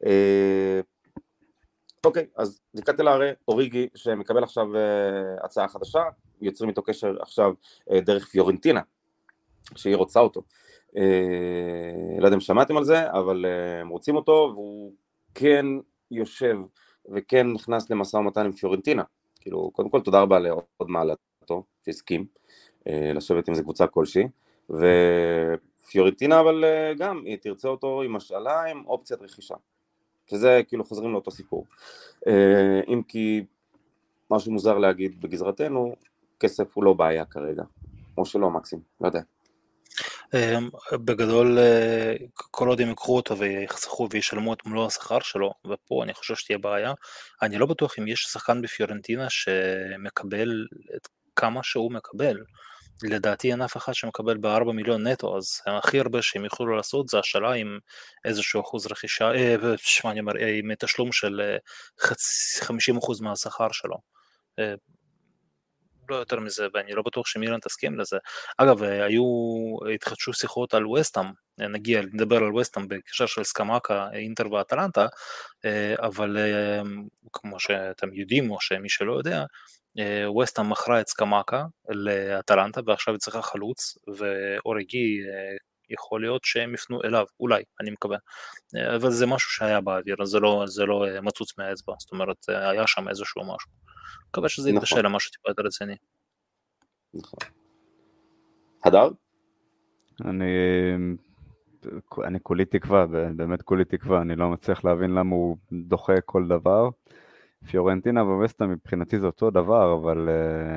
אוקיי, אז דיקטלרי, אוריגי, שמקבל עכשיו הצעה חדשה, יוצרים איתו קשר עכשיו דרך פיורנטינה, שהיא רוצה אותו. לא יודע אם שמעתם על זה, אבל הם רוצים אותו, והוא כן יושב וכן נכנס למשא ומתן עם פיורנטינה. כאילו, קודם כל תודה רבה לעוד מעלתו, שהסכים לשבת עם זה קבוצה כלשהי, ופיורנטינה אבל גם היא תרצה אותו עם השאלה, עם אופציית רכישה, שזה כאילו חוזרים לאותו סיפור. אם כי משהו מוזר להגיד בגזרתנו, כסף הוא לא בעיה כרגע, או שלא מקסים, לא יודע. בגדול, כל עוד הם יקחו אותו ויחסכו וישלמו את מלוא השכר שלו, ופה אני חושב שתהיה בעיה. אני לא בטוח אם יש שחקן בפיורנטינה שמקבל את כמה שהוא מקבל. לדעתי אין אף אחד שמקבל ב4 מיליון נטו, אז הכי הרבה שהם יוכלו לעשות זה השאלה עם איזשהו אחוז רכישה, עם תשלום של 50% מהשכר שלו. לא יותר מזה, ואני לא בטוח שמילן תסכים לזה. אגב, התחדשו שיחות על ווסטהאם, נדבר על ווסטהאם בקשר של סקמאקה, אינטר ואטלנטה, אבל כמו שאתם יודעים, או שמי שלא יודע, ווסטהאם מכרה את סקמאקה לאטלנטה, ועכשיו היא צריכה חלוץ, ואוריגי יכול להיות שהם יפנו אליו, אולי, אני מקווה. אבל זה משהו שהיה באוויר, זה לא מצוץ מהאצבע, זאת אומרת, היה שם איזשהו משהו. מקווה שזה יתבשל למשהו טיפה יותר רציני. נכון. הדר? אני כולי תקווה, באמת כולי תקווה, אני לא מצליח להבין למה הוא דוחה כל דבר. פיורנטינה וווסטהאם מבחינתי זה אותו דבר, אבל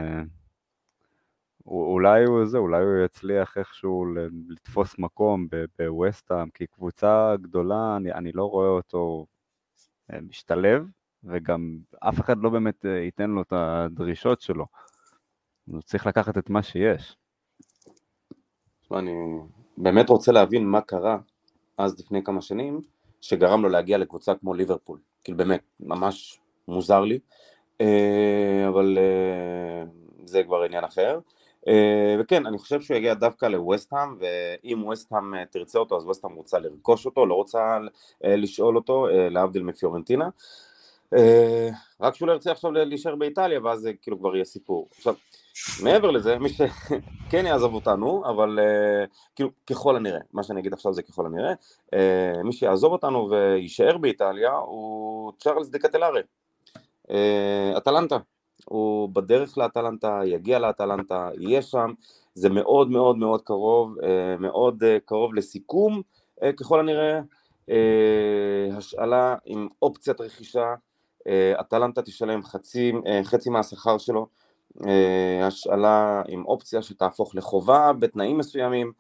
אולי הוא יצליח איכשהו לתפוס מקום בווסטהאם, כי קבוצה גדולה, אני לא רואה אותו משתלב, וגם אף אחד לא באמת ייתן לו את הדרישות שלו. הוא צריך לקחת את מה שיש. אני באמת רוצה להבין מה קרה אז לפני כמה שנים, שגרם לו להגיע לקבוצה כמו ליברפול. כאילו באמת, ממש מוזר לי, אבל זה כבר עניין אחר. וכן, אני חושב שהוא יגיע דווקא לווסטהאם, ואם ווסטהאם תרצה אותו, אז ווסטהאם רוצה לרכוש אותו, לא רוצה לשאול אותו, להבדיל מפיורנטינה. רק שהוא לא ירצה עכשיו להישאר באיטליה, ואז זה כאילו כבר יהיה סיפור. עכשיו, מעבר לזה, מי שכן יעזוב אותנו, אבל כאילו ככל הנראה, מה שאני אגיד עכשיו זה ככל הנראה, מי שיעזוב אותנו ויישאר באיטליה הוא צ'ארלס דיקטלרי, אטלנטה. הוא בדרך לאטלנטה, יגיע לאטלנטה, יהיה שם, זה מאוד מאוד מאוד קרוב, מאוד קרוב לסיכום, ככל הנראה, השאלה עם אופציית רכישה, אטלנטה תשלם חצי מהשכר שלו, השאלה עם אופציה שתהפוך לחובה בתנאים מסוימים,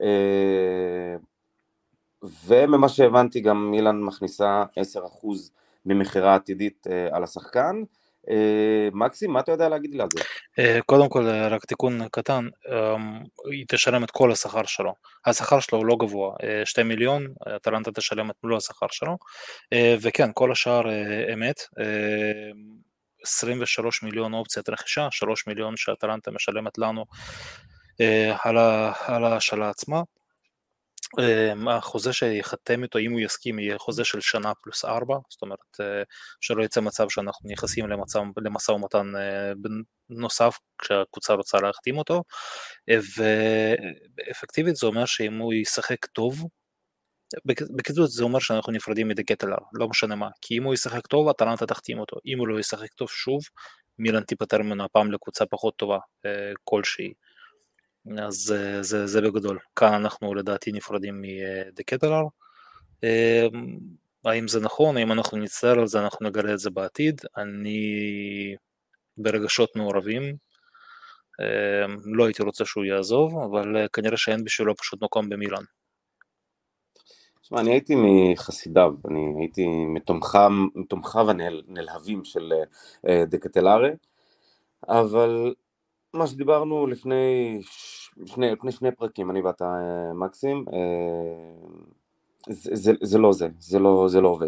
וממה שהבנתי גם מילאן מכניסה 10% ממחירה עתידית על השחקן, מקסים, מה אתה יודע להגיד לי על זה? קודם כל, רק תיקון קטן, היא תשלם את כל השכר שלו. השכר שלו הוא לא גבוה, 2 מיליון, אטלנטה תשלם את מלוא השכר שלו, וכן, כל השאר אמת, 23 מיליון אופציית רכישה, 3 מיליון שאטלנטה משלמת לנו על ההשאלה עצמה. החוזה שיחתם איתו, אם הוא יסכים, יהיה חוזה של שנה פלוס 4, זאת אומרת שלא יצא מצב שאנחנו נכנסים למשא ומתן נוסף כשהקבוצה רוצה להחתים אותו, ואפקטיבית זה אומר שאם הוא ישחק טוב, בקיצור זה אומר שאנחנו נפרדים מדקטלר, לא משנה מה, כי אם הוא ישחק טוב, אטלנטה תחתים אותו, אם הוא לא ישחק טוב שוב, מילאן תיפטר ממנו הפעם לקבוצה פחות טובה כלשהי. אז זה בגדול, כאן אנחנו לדעתי נפרדים מדקטלר, האם זה נכון, האם אנחנו נצטער על זה, אנחנו נגלה את זה בעתיד, אני ברגשות מעורבים, לא הייתי רוצה שהוא יעזוב, אבל כנראה שאין בשבילו פשוט מקום במילאן. תשמע, אני הייתי מחסידיו, אני הייתי מתומכיו הנלהבים של דקטלרה, אבל מה שדיברנו לפני שני פרקים, אני ואתה מקסים, זה לא עובד.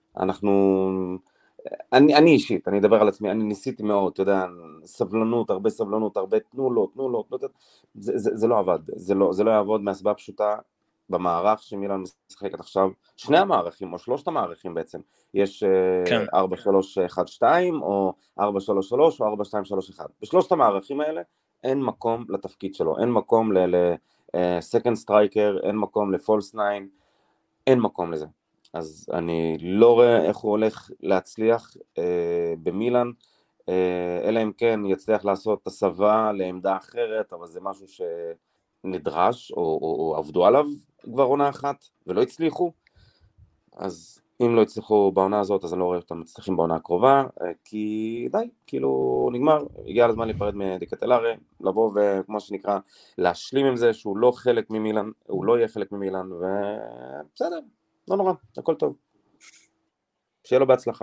אני אישית, אני אדבר על עצמי, אני ניסיתי מאוד, אתה יודע, הרבה סבלנות, הרבה תנו לו, זה לא עבד, זה לא יעבוד מהסבבה פשוטה. במערך שמילאן משחקת עכשיו, שני המערכים, או שלושת המערכים בעצם, יש 4-3-1-2, או 4-3-3, או 4-2-3-1. בשלושת המערכים האלה, אין מקום לתפקיד שלו, אין מקום לסקנד סטרייקר, אין מקום לפולס 9, אין מקום לזה. אז אני לא רואה איך הוא הולך להצליח במילאן, אלא אם כן יצליח לעשות הסבה לעמדה אחרת, אבל זה משהו נדרש, או עבדו עליו כבר עונה אחת, ולא הצליחו, אז אם לא הצליחו בעונה הזאת, אז אני לא רואה אותם מצליחים בעונה הקרובה, כי די, כאילו נגמר, הגיע הזמן להיפרד מדקטלרה, לבוא וכמו שנקרא, להשלים עם זה שהוא לא חלק ממילאן, הוא לא יהיה חלק ממילאן, ובסדר, לא נורא, הכל טוב. שיהיה לו בהצלחה.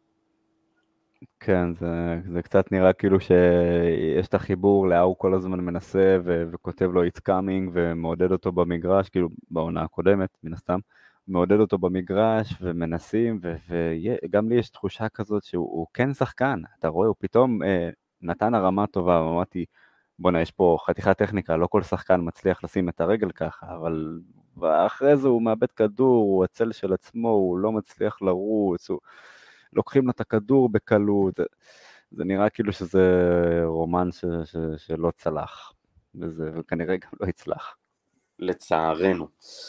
כן, זה קצת נראה כאילו שיש את החיבור הוא כל הזמן מנסה וכותב לו it's coming ומעודד אותו במגרש, כאילו בעונה הקודמת מן הסתם, מעודד אותו במגרש ומנסים, וגם לי יש תחושה כזאת שהוא כן שחקן, אתה רואה, הוא פתאום נתן הרמה טובה, אמרתי, בונה, יש פה חתיכת טכניקה, לא כל שחקן מצליח לשים את הרגל ככה, אבל אחרי זה הוא מאבד כדור, הוא הצל של עצמו, הוא לא מצליח לרוץ, לוקחים לו את הכדור בקלות, זה נראה כאילו שזה רומן שלא צלח, וכנראה גם לא יצלח. לצערנו.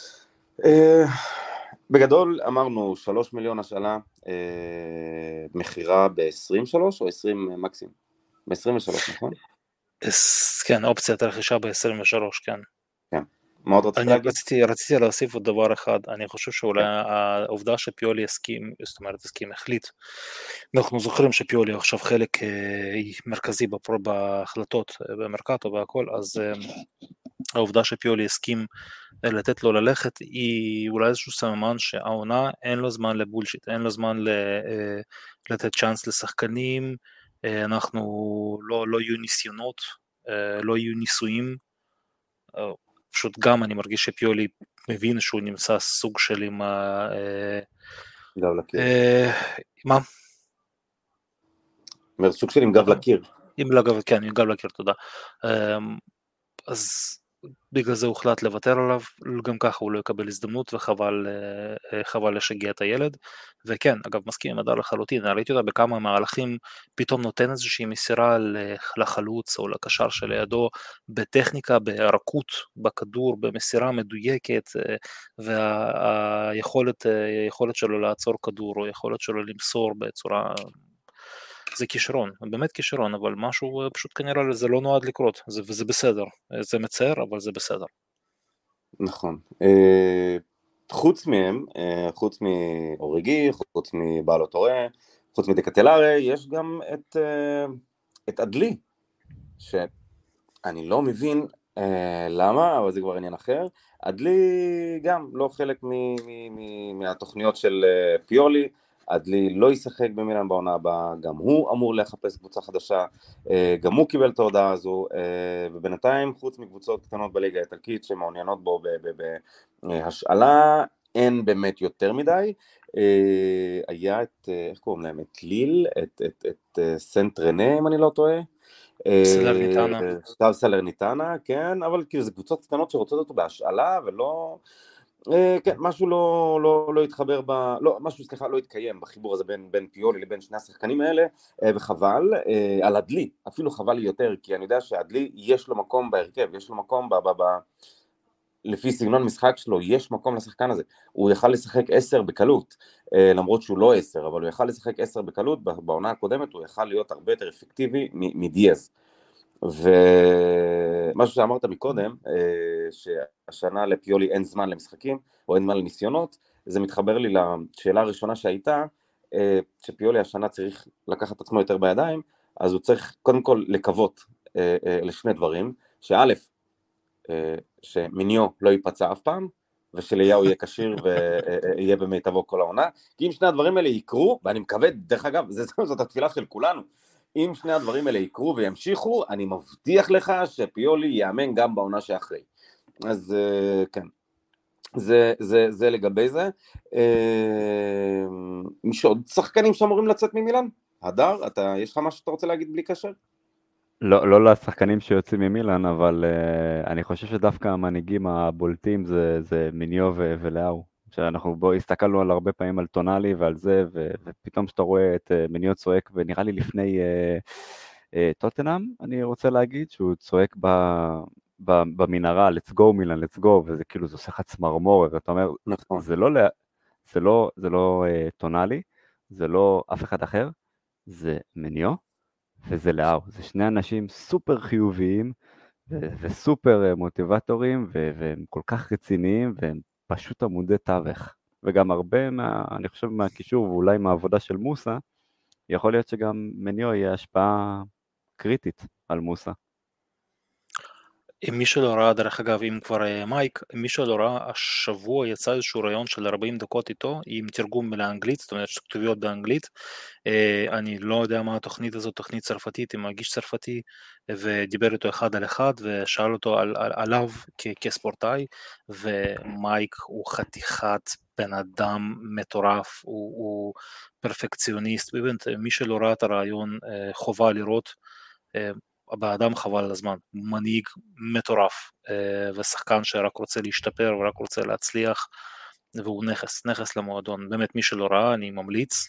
בגדול אמרנו 3 מיליון השאלה, מחירה ב-23 או 20 מקסים? ב-23, נכון? כן, אופציית הרכישה ב-23, כן. כן. מאוד רציתי להוסיף עוד דבר אחד, אני חושב שאולי העובדה שפיולי החליט, אנחנו זוכרים שפיולי עכשיו חלק מרכזי בהחלטות במרקטו והכל, אז העובדה שפיולי הסכים לתת לו ללכת היא אולי איזשהו סממן שהעונה אין לו זמן לבולשיט, אין לו זמן לתת צ'אנס לשחקנים, אנחנו לא יהיו ניסיונות, לא יהיו ניסויים, פשוט גם אני מרגיש שפיולי מבין שהוא נמצא סוג של עם גב לקיר. מה? סוג של עם גב לקיר. כן, עם גב לקיר, תודה. אז בגלל זה הוחלט לוותר עליו, גם ככה הוא לא יקבל הזדמנות וחבל לשגע את הילד, וכן, אגב מסכים עם הדר לחלוטין, ראיתי אותה בכמה מהלכים, פתאום נותן איזושהי מסירה לחלוץ או לקשר שלידו, בטכניקה, בערכות, בכדור, במסירה מדויקת, והיכולת שלו לעצור כדור, או יכולת שלו למסור בצורה... זה כישרון, באמת כישרון, אבל משהו פשוט כנראה זה לא נועד לקרות, וזה בסדר, זה מצער, אבל זה בסדר. נכון. חוץ מהם, חוץ מאוריגי, חוץ מבעלו טורה, חוץ מדקטלרה, יש גם את אדלי, שאני לא מבין למה, אבל זה כבר עניין אחר. אדלי גם לא חלק מהתוכניות של פיולי, אדלי לא ישחק במילאן בעונה הבאה, גם הוא אמור לחפש קבוצה חדשה, גם הוא קיבל את ההודעה הזו, ובינתיים חוץ מקבוצות קטנות בליגה האיטלקית שמעוניינות בו בהשאלה, אין באמת יותר מדי. היה את, איך קוראים להם? את ליל, את סנט רנה אם אני לא טועה, סלרניטנה. סתיו סלרניטנה, כן, אבל כאילו זה קבוצות קטנות שרוצות אותו בהשאלה ולא, כן, משהו לא התחבר, משהו סליחה לא התקיים בחיבור הזה בין פיולי לבין שני השחקנים האלה, וחבל, על אדלי, אפילו חבל לי יותר, כי אני יודע שאדלי יש לו מקום בהרכב, יש לו מקום לפי סגנון משחק שלו, יש מקום לשחקן הזה, הוא יכל לשחק 10 בקלות, למרות שהוא לא 10, אבל הוא יכל לשחק 10 בקלות, בעונה הקודמת הוא יכל להיות הרבה יותר אפקטיבי מדיאז, ומשהו שאמרת מקודם, שהשנה לפיולי אין זמן למשחקים, או אין זמן לניסיונות, זה מתחבר לי לשאלה הראשונה שהייתה, שפיולי השנה צריך לקחת את עצמו יותר בידיים, אז הוא צריך קודם כל לקוות לשני דברים, שא', שמיניו לא ייפצע אף פעם, ושליהו יהיה קשיר ויהיה במיטבו כל העונה, כי אם שני הדברים האלה יקרו, ואני מקווה, דרך אגב, זאת התפילה של כולנו, אם שני הדברים האלה יקרו וימשיכו, אני מבטיח לך שפיולי יאמן גם בעונה שאחרי. אז כן, זה לגבי זה. יש עוד שחקנים שאמורים לצאת ממילאן? הדר, יש לך משהו שאתה רוצה להגיד בלי קשר? לא לשחקנים שיוצאים ממילאן, אבל אני חושב שדווקא המנהיגים הבולטים זה מיניו ולאו. שאנחנו הסתכלנו על הרבה פעמים על טונאלי ועל זה, ופתאום שאתה רואה את מיניו צועק, ונראה לי לפני טוטנהאם, אני רוצה להגיד שהוא צועק במנהרה, let's go מילאן, let's go, וזה כאילו, זה עושה לך צמרמורת, ואתה אומר, נכון. זה לא טונאלי, זה לא אף אחד אחר, זה מיניו, וזה לאו, זה שני אנשים סופר חיוביים, וסופר מוטיבטורים, והם כל כך רציניים, והם פשוט עמודי תווך. וגם הרבה, אני חושב מהקישור, ואולי מהעבודה של מוסה, יכול להיות שגם מניו יהיה השפעה קריטית על מוסה. אם מישהו לא ראה, דרך אגב, אם כבר מייק, אם מישהו לא ראה, השבוע יצא איזשהו רעיון של 40 דקות איתו, עם תרגום לאנגלית, זאת אומרת, כתוביות באנגלית, אני לא יודע מה התוכנית הזאת, תוכנית צרפתית, עם מגיש צרפתי, ודיבר איתו אחד על אחד, ושאל אותו עליו כספורטאי, ומייק הוא חתיכת בן אדם מטורף, הוא פרפקציוניסט, באמת, מי שלא ראה את הרעיון, חובה לראות, באדם חבל על הזמן, מנהיג מטורף, ושחקן שרק רוצה להשתפר ורק רוצה להצליח, והוא נכס למועדון, באמת מי שלא ראה אני ממליץ.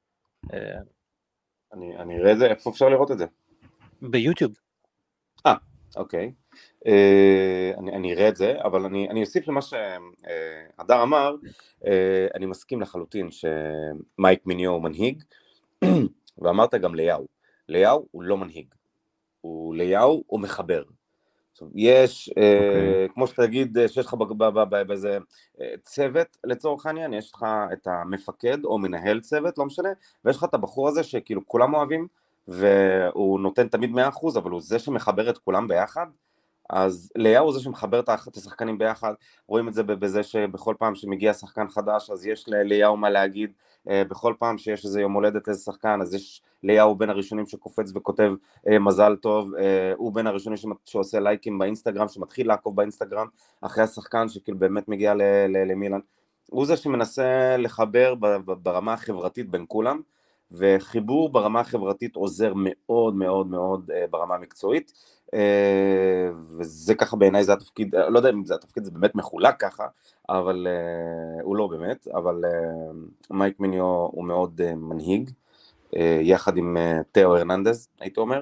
אני אראה את זה, איפה אפשר לראות את זה? ביוטיוב. אוקיי, אני אראה את זה, אבל אני אוסיף למה שהדר אמר, אני מסכים לחלוטין שמייק מיניו הוא מנהיג, ואמרת גם ליהו הוא לא מנהיג, ליהו הוא מחבר. יש, כמו שתגיד, שיש לך באיזה צוות לצורך העניין, יש לך את המפקד או מנהל צוות, לא משנה, ויש לך את הבחור הזה שכאילו כולם אוהבים, והוא נותן תמיד 100%, אבל הוא זה שמחבר את כולם ביחד, אז ליהו הוא זה שמחבר את השחקנים ביחד, רואים את זה בזה שבכל פעם שמגיע שחקן חדש, אז יש ליהו מה להגיד, בכל פעם שיש איזה יום הולדת לאיזה שחקן, אז יש ליהו בין הראשונים שקופץ וכותב מזל טוב, הוא בין הראשונים שעושה לייקים באינסטגרם, שמתחיל לעקוב באינסטגרם, אחרי השחקן שכאילו באמת מגיע למילאן, הוא זה שמנסה לחבר ברמה החברתית בין כולם, וחיבור ברמה החברתית עוזר מאוד מאוד מאוד ברמה המקצועית, וזה ככה בעיניי זה התפקיד, לא יודע אם זה התפקיד, זה באמת מחולק ככה, אבל הוא לא באמת, אבל מייק מיניו הוא מאוד מנהיג, יחד עם תאו הרננדז, הייתי אומר,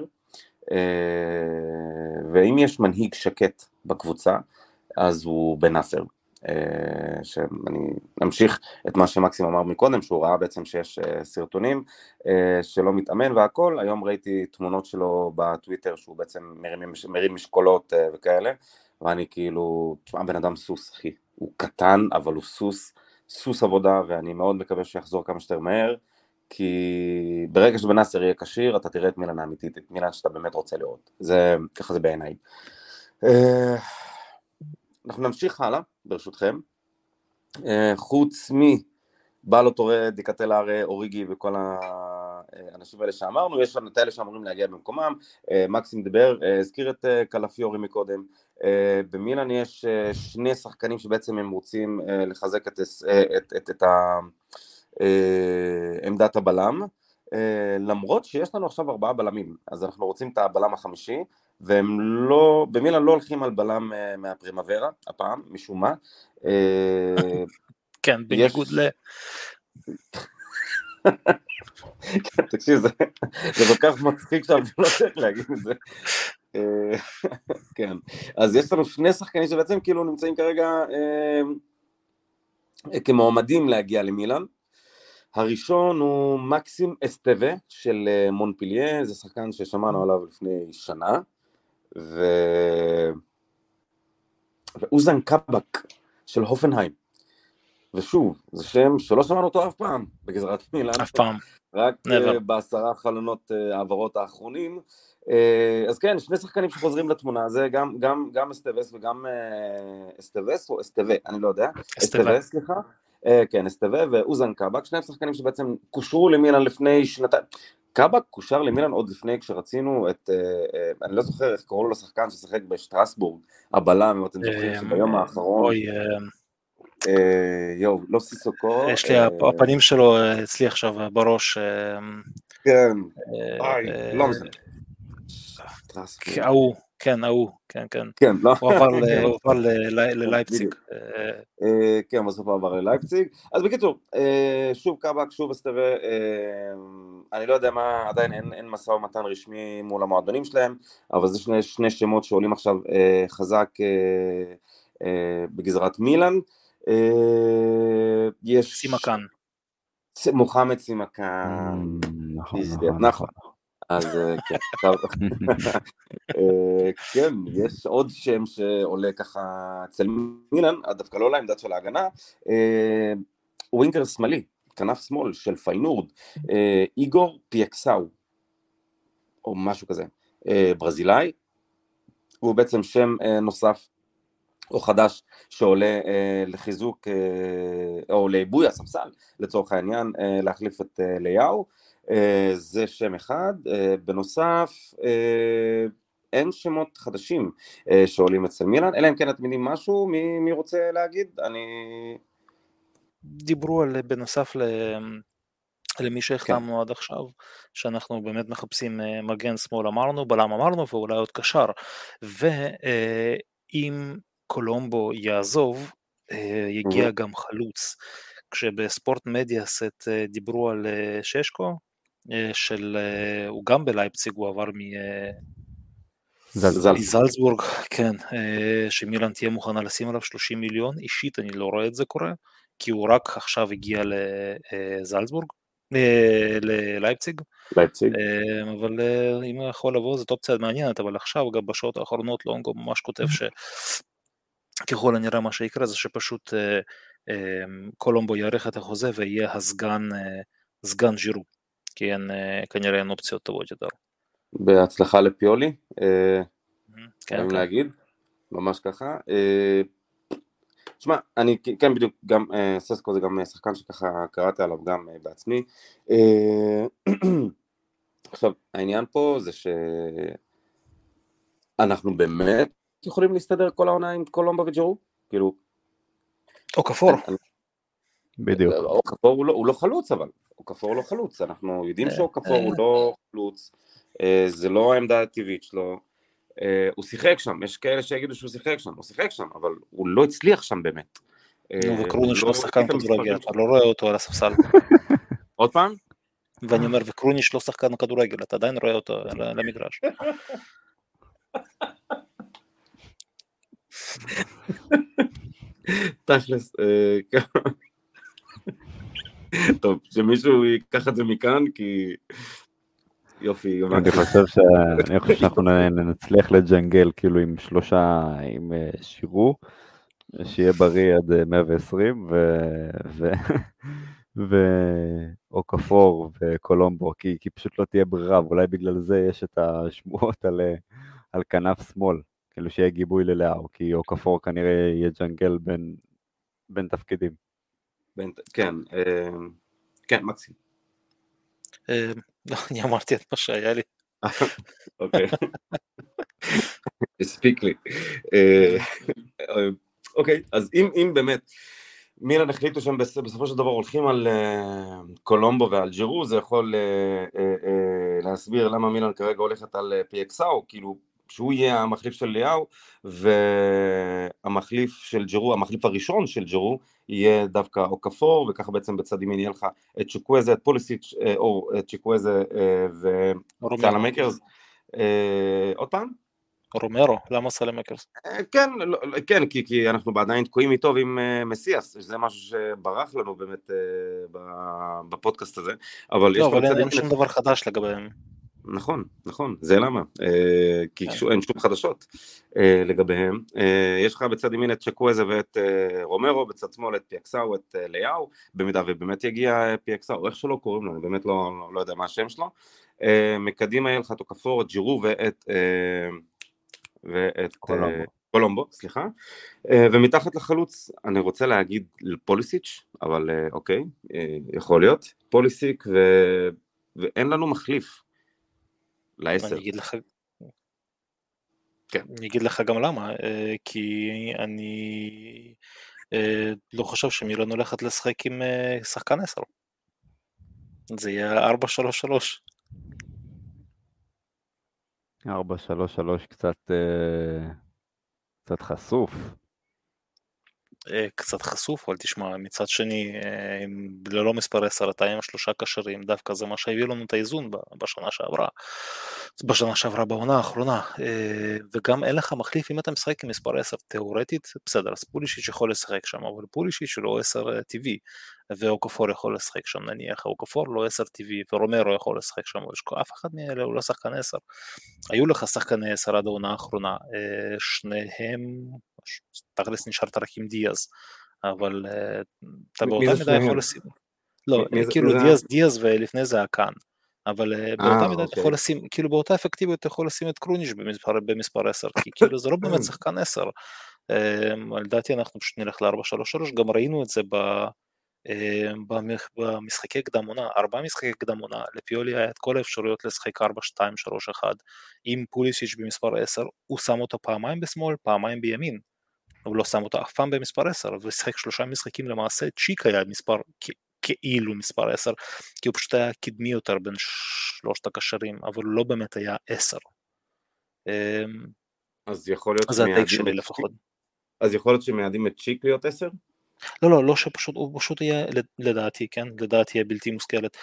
ואם יש מנהיג שקט בקבוצה, אז הוא בן נאסר, שאני אמשיך את מה שמקסים אמר מקודם, שהוא ראה בעצם שיש סרטונים שלא מתאמן והכל, היום ראיתי תמונות שלו בטוויטר שהוא בעצם מרים משקולות וכאלה, ואני כאילו, תשמע, בן אדם סוס אחי, הוא קטן אבל הוא סוס עבודה, ואני מאוד מקווה שיחזור כמה שיותר מהר, כי ברגע שבן נאסר יהיה קשיר, אתה תראה את מילאן האמיתית, את מילאן שאתה באמת רוצה לראות, ככה זה בעיניי. אנחנו נמשיך הלאה, ברשותכם, חוץ בא לו תורא דיקטלר אוריגי וכל האנשים האלה שאמרנו, יש את האלה שאמורים להגיע במקומם, מקסים דיבר, הזכיר את קלפיורי מקודם, במילאן יש שני שחקנים שבעצם הם רוצים לחזק את עמדת הבלם, למרות שיש לנו עכשיו 4 בלמים, אז אנחנו רוצים את הבלם החמישי, והם לא, במילאן לא הולכים על בלם מהפרימוורה, הפעם, משום מה. כן, בניגוד ל... תקשיב, זה כל כך מצחיק שאני לא צריך להגיד את זה. כן, אז יש לנו שני שחקנים שבעצם כאילו נמצאים כרגע כמועמדים להגיע למילאן. הראשון הוא מקסים אסטבה של מונפיליה, זה שחקן ששמענו עליו לפני שנה, ואוזן קאבק של הופנהיים, ושוב, זה שם שלא שמענו אותו אף פעם בגזרת מילאן, אף פעם, רק ב10 חלונות העברות האחרונים. אז כן, שני שחקנים שחוזרים לתמונה, זה גם אסטבס וגם אסטבס או אסטבה, אני לא יודע, אסטבה, סליחה, כן, אסטבה ואוזן קאבק, שני שחקנים שבעצם קושרו למילאן לפני שנתיים, קאבק קושר למילאן עוד לפני כשרצינו את, אני לא זוכר איך קראו לו לשחקן ששחק בשטרסבורג, הבלם, אם אתם זוכרים שביום האחרון, יו, לא סיסוקו. יש לי, הפנים שלו אצלי עכשיו בראש. כן, לא משנה. הוא, כן, הוא, כן. כן, לא. הוא עבר ללייפציג. כן, בסוף הוא עבר ללייפציג. אז בקיצור, שוב קאבק, שוב אסטבה, אני לא יודע מה, עדיין אין משא ומתן רשמי מול המועדונים שלהם, אבל זה שני שמות שעולים עכשיו חזק בגזרת מילאן. יש סימקן, מוחמד סימקן, נכון, אז כן, יש עוד שם שעולה ככה אצל מילאן, דווקא לא לעמדת של ההגנה, ווינגר שמאלי, כנף שמאל של פיינורד, איגור פייקסאו, או משהו כזה, ברזילאי, הוא בעצם שם נוסף, או חדש שעולה לחיזוק או לעיבוי הספסל לצורך העניין להחליף את ליאו, זה שם אחד. בנוסף אין שמות חדשים שעולים אצל מילאן, אלא אם כן אתם יודעים משהו, מי רוצה להגיד? דיברו על בנוסף למי שהחתמנו עד עכשיו, שאנחנו באמת מחפשים מגן שמאל אמרנו, בלם אמרנו ואולי עוד קשר, ואם קולומבו יעזוב, יגיע גם חלוץ, כשבספורט מדיאסט דיברו על ששקו, הוא גם בלייפציג, הוא עבר מזלצבורג, כן, שמילאן תהיה מוכנה לשים עליו 30 מיליון, אישית אני לא רואה את זה קורה, כי הוא רק עכשיו הגיע לזלצבורג, ללייפציג, אבל אם הוא יכול לבוא זאת אופציה מעניינת, אבל עכשיו גם בשעות האחרונות לונגו ממש כותב ככל הנראה מה שיקרה זה שפשוט קולומבו יאריך את החוזה ויהיה סגן ז'ירו, כי כנראה אין אופציות טובות יותר. בהצלחה לפיולי, חייבים להגיד, ממש ככה. תשמע, אני כן בדיוק, גם ססקו זה גם שחקן שככה קראתי עליו גם בעצמי. עכשיו, העניין פה זה שאנחנו באמת יכולים להסתדר כל העונה עם קולומבו וג'ירו, כאילו... או כפור. בדיוק. או כפור הוא לא חלוץ, אבל. או כפור הוא לא חלוץ, אנחנו יודעים שאו כפור הוא לא חלוץ, זה לא העמדה הטבעית שלו, הוא שיחק שם, יש כאלה שיגידו שהוא שיחק שם, הוא שיחק שם, אבל הוא לא הצליח שם באמת. וקרוניש לא שחקן כדורגל, אתה לא רואה אותו על הספסל. עוד פעם? ואני אומר, וקרוניש לא שחקן כדורגל, אתה עדיין רואה אותו על המגרש. תכלס, טוב, שמישהו ייקח את זה מכאן, כי יופי. אני חושב שאנחנו נצליח לג'נגל, כאילו עם 3, עם שירו, שיהיה בריא עד 120, או כפור וקולומבו, כי פשוט לא תהיה ברירה, ואולי בגלל זה יש את השמועות על כנף שמאל, כאילו שיהיה גיבוי ללאו, כי או כפור כנראה יהיה ג'נגל בין תפקידים. כן, כן, מקסים. לא, אני אמרתי את מה שהיה לי. אוקיי. הספיק לי. אוקיי, אז אם באמת מילאן החליטו שהם בסופו של דבר הולכים על קולומבו ועל ג'ירו, זה יכול להסביר למה מילאן כרגע הולכת על PXA, כאילו שהוא יהיה המחליף של ליאו, והמחליף של ג'ירו, המחליף הראשון של ג'ירו, יהיה דווקא אוקפור, וככה בעצם בצד ימין יהיה לך את צ'יקוויזה, את פוליסיץ', או את צ'יקוויזה וסלאמקרס. עוד פעם? רומרו, למה סלאמקרס? כן, כן, כי אנחנו עדיין תקועים איתו ועם מסיאס, שזה משהו שברח לנו באמת בפודקאסט הזה, אבל לא, אבל אין שום דבר חדש לגביהם. נכון, נכון, זה למה, כי אין שום חדשות לגביהם. יש לך בצד ימין את צ'קוויזה ואת רומרו, בצד שמאל את PXA או את ליאו, במידה ובאמת יגיע PXA, או איך שלא קוראים לו, אני באמת לא יודע מה השם שלו. מקדימה יהיה לך את אוקפור, את ג'ירו ואת קולומבו, סליחה, ומתחת לחלוץ אני רוצה להגיד פוליסיץ', אבל אוקיי, יכול להיות, פוליסיק, ואין לנו מחליף ל10. אני אגיד לך גם למה, כי אני לא חושב שמילאן הולכת לשחק עם שחקן 10. זה יהיה 4-3-3. 4-3-3 קצת חשוף. קצת חשוף, אבל תשמע, מצד שני, ללא מספר 10, אתה עם 3 קשרים, דווקא זה מה שהביא לנו את האיזון בשנה שעברה בעונה האחרונה, וגם אין לך מחליף אם אתה משחק עם מספר 10, תיאורטית, בסדר, אז פולישיץ' יכול לשחק שם, אבל פולישיץ' לא 10 טבעי, ואוקפור יכול לשחק שם, נניח, אוקפור לא 10 טבעי, ורומרו יכול לשחק שם, אף אחד מאלה הוא לא שחקן 10. היו לך שחקני 10 עד העונה האחרונה, שניהם, תכלס נשארת רק עם דיאז, אבל אתה באותה מידה יכול לשים, לא, כאילו דיאז ולפני זה הקאן, אבל באותה מידה אתה יכול לשים, כאילו באותה אפקטיביות אתה יכול לשים את קרוניש במספר 10, כי כאילו זה לא באמת שחקן 10, לדעתי אנחנו פשוט נלך ל-4-3-3, גם ראינו את זה במשחקי קדם עונה, 4 משחקי קדם עונה, לפיולי היה את כל האפשרויות לשחק 4-2-3-1, עם פוליסיץ' במספר 10, הוא שם אותו פעמיים בשמאל, פעמיים בימין, הוא לא שם אותו אף פעם במספר 10, ושחק 3 משחקים למעשה, צ'יק היה כאילו מספר 10, כי הוא פשוט היה קדמי יותר בין 3 הקשרים, אבל הוא לא באמת היה 10. אז יכול להיות שמייעדים את צ'יק להיות 10? לא שפשוט, הוא פשוט יהיה, לדעתי, כן? לדעתי יהיה בלתי מושכלת.